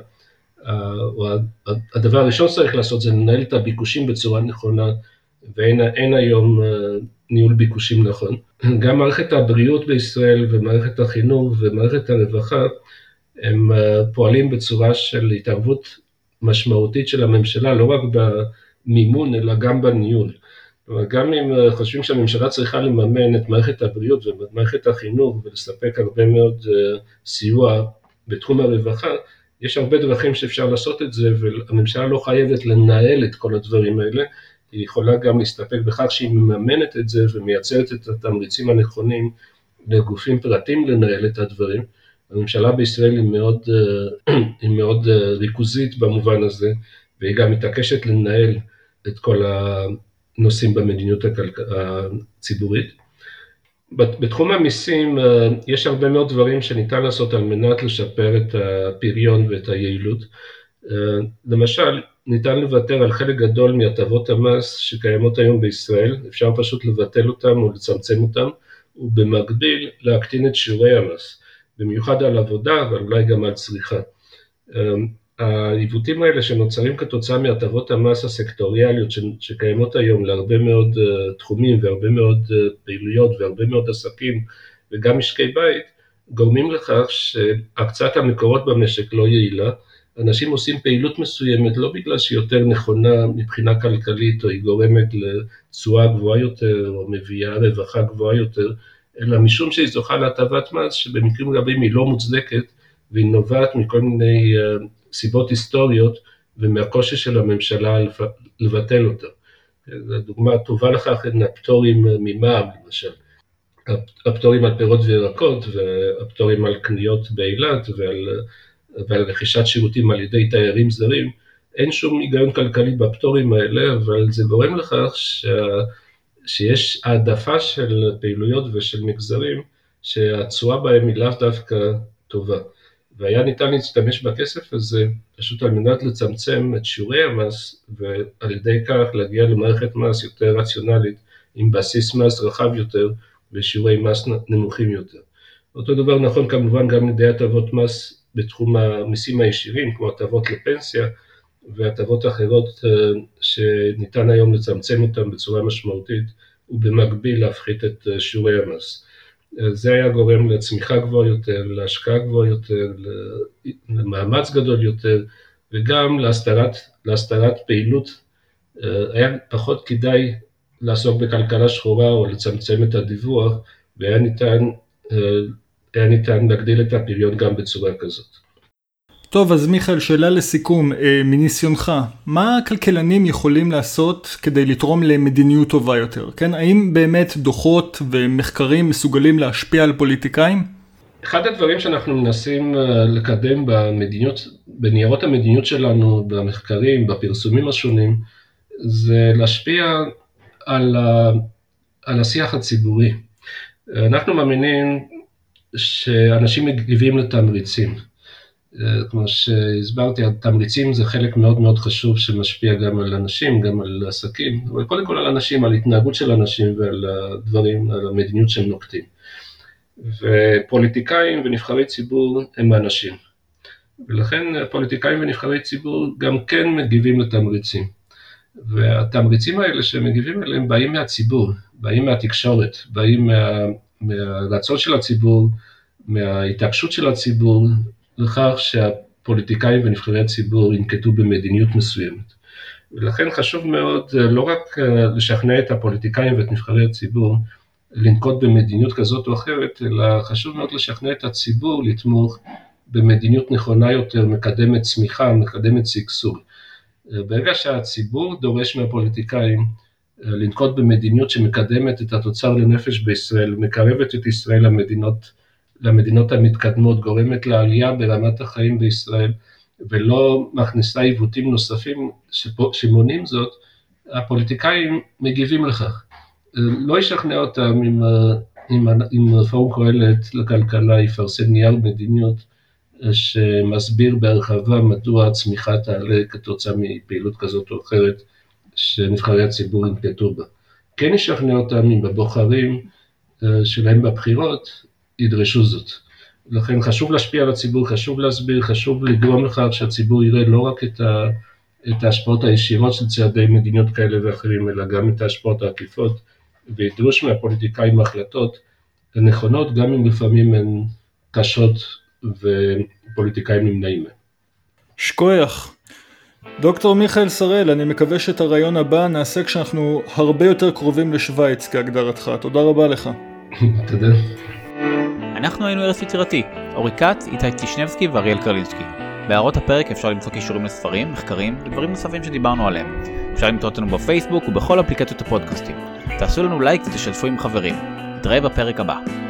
הדבר הראשון שצריך לעשות זה לנהל את הביקושים בצורה נכונה, ואין היום ניהול ביקושים נכון. גם מערכת הבריאות בישראל ומערכת החינוך ומערכת הרווחה, הם פועלים בצורה של התערבות משמעותית של הממשלה, לא רק במימון אלא גם בניהול. גם אם חושבים שהממשלה צריכה לממן את מערכת הבריאות ומערכת החינוך ולספק הרבה מאוד סיוע בתחום הרווחה, יש הרבה דרכים שאפשר לעשות את זה, והממשלה לא חייבת לנהל את כל הדברים האלה, היא יכולה גם להסתפק בכך שהיא מממנת את זה ומייצרת את התמריצים הנכונים לגופים פרטיים לנהל את הדברים. הממשלה בישראל היא מאוד, היא מאוד ריכוזית במובן הזה, והיא גם מתעקשת לנהל את כל הנושאים במדיניות הציבורית. בתחום המיסים יש הרבה מאוד דברים שניתן לעשות על מנת לשפר את הפריון ואת היעילות. למשל, ניתן לוותר על חלק גדול מהטבות המס שקיימות היום בישראל, אפשר פשוט לבטל אותם או לצמצם אותם, ובמקביל להקטין את שיעורי המס, במיוחד על עבודה, אבל אולי גם על צריכה. העיוותים האלה שנוצרים כתוצאה מהטבות המס הסקטוריאליות שקיימות היום להרבה מאוד תחומים והרבה מאוד פעילויות והרבה מאוד עסקים וגם משקי בית, גורמים לכך שהקצאת המקורות במשק לא יעילה. אנשים עושים פעילות מסוימת לא בגלל שהיא יותר נכונה מבחינה כלכלית או היא גורמת לתשואה גבוהה יותר או מביאה רווחה גבוהה יותר, אלא משום שהיא זוכה להטבת מס שבמקרים רבים היא לא מוצדקת והיא נובעת מכל מיני סיבות היסטוריות ומהקושי של הממשלה לבטל אותה. דוגמה טובה לכך הן הפטורים ממע"מ למשל. הפטורים על פירות וירקות והפטורים על קניות באילת ועל, ועל רכישת שירותים על ידי תיירים זרים. אין שום היגיון כלכלי בפטורים האלה, אבל זה גורם לכך ש... שיש העדפה של פעילויות ושל מגזרים שהתשואה בהם היא לאו דווקא טובה. והיה ניתן להשתמש בכסף הזה פשוט על מנת לצמצם את שיעורי המס, ועל ידי כך להגיע למערכת מס יותר רציונלית, עם בסיס מס רחב יותר, ושיעורי מס נמוכים יותר. אותו דבר נכון כמובן גם לידי הטבות מס בתחום המיסים הישירים, כמו הטבות לפנסיה והטבות אחרות שניתן היום לצמצם אותם בצורה משמעותית, ובמקביל להפחית את שיעורי המס. זה היה גורם לצמיחה גבוהה יותר, להשקעה גבוהה יותר, למאמץ גדול יותר, וגם להסתרת, להסתרת פעילות. היה פחות כדאי לעסוק בכלכלה שחורה או לצמצם את הדיווח, והיה ניתן, היה ניתן להגדיל את הפריון גם בצורה כזאת. טוב, אז מיכאל, שאלה לסיכום, מניסיונך, מה הכלכלנים יכולים לעשות כדי לתרום למדיניות טובה יותר? כן? האם באמת דוחות ומחקרים מסוגלים להשפיע על פוליטיקאים? אחד הדברים שאנחנו מנסים לקדם במדיניות, בניירות המדיניות שלנו, במחקרים, בפרסומים השונים, זה להשפיע על, ה, על השיח הציבורי. אנחנו מאמינים שאנשים מגיבים לתמריצים. כמו שהסברתי, התמריצים זה חלק מאוד מאוד חשוב שמשפיע גם על אנשים, גם על עסקים, אבל קודם כל על אנשים, על התנהגות של אנשים ועל הדברים, על המדיניות שהם נוקטים. ופוליטיקאים ונבחרי ציבור הם אנשים. ולכן פוליטיקאים ונבחרי ציבור גם כן מגיבים לתמריצים. והתמריצים האלה שהם מגיבים אליהם באים מהציבור, באים מהתקשורת, באים מה, מהרצון של הציבור, מההתעקשות של הציבור, לכך שהפוליטיקאים ונבחרי הציבור ינקטו במדיניות מסוימת. ולכן חשוב מאוד לא רק לשכנע את הפוליטיקאים ואת נבחרי הציבור לנקוט במדיניות כזאת או אחרת, אלא חשוב מאוד לשכנע את הציבור לתמוך במדיניות נכונה יותר, מקדמת צמיחה, מקדמת שגשוג. ברגע שהציבור דורש מהפוליטיקאים לנקוט במדיניות שמקדמת את התוצר לנפש בישראל, מקרבת את ישראל למדינות למדינות המתקדמות, גורמת לעלייה ברמת החיים בישראל, ולא מכניסה עיוותים נוספים שמונים זאת, הפוליטיקאים מגיבים לכך. לא ישכנע אותם אם, אם, אם פורום קהלת לכלכלה יפרסם נייר מדיניות, שמסביר בהרחבה מדוע הצמיחה תעלה כתוצאה מפעילות כזאת או אחרת, שנבחרי הציבור ינקטו בה. כן ישכנע אותם אם בבוחרים שלהם בבחירות, ידרשו זאת. לכן חשוב להשפיע על הציבור, חשוב להסביר, חשוב לגרום לכך שהציבור יראה לא רק את, ה, את ההשפעות הישירות של צעדי מדיניות כאלה ואחרים, אלא גם את ההשפעות העקיפות, וידרוש מהפוליטיקאים החלטות נכונות, גם אם לפעמים הן קשות ופוליטיקאים נמנעים. שכוח. דוקטור מיכאל שראל, אני מקווה שאת הרעיון הבא נעשה כשאנחנו הרבה יותר קרובים לשוויץ כהגדרתך. תודה רבה לך. תודה. אנחנו היינו ארץ יצירתי, אורי כץ, איתי טישנבסקי ואריאל קרלינסקי. בהערות הפרק אפשר למצוא קישורים לספרים, מחקרים ודברים נוספים שדיברנו עליהם. אפשר למצוא אותנו בפייסבוק ובכל אפליקציות הפודקאסטים. תעשו לנו לייק ותשתפו עם חברים. נתראה בפרק הבא.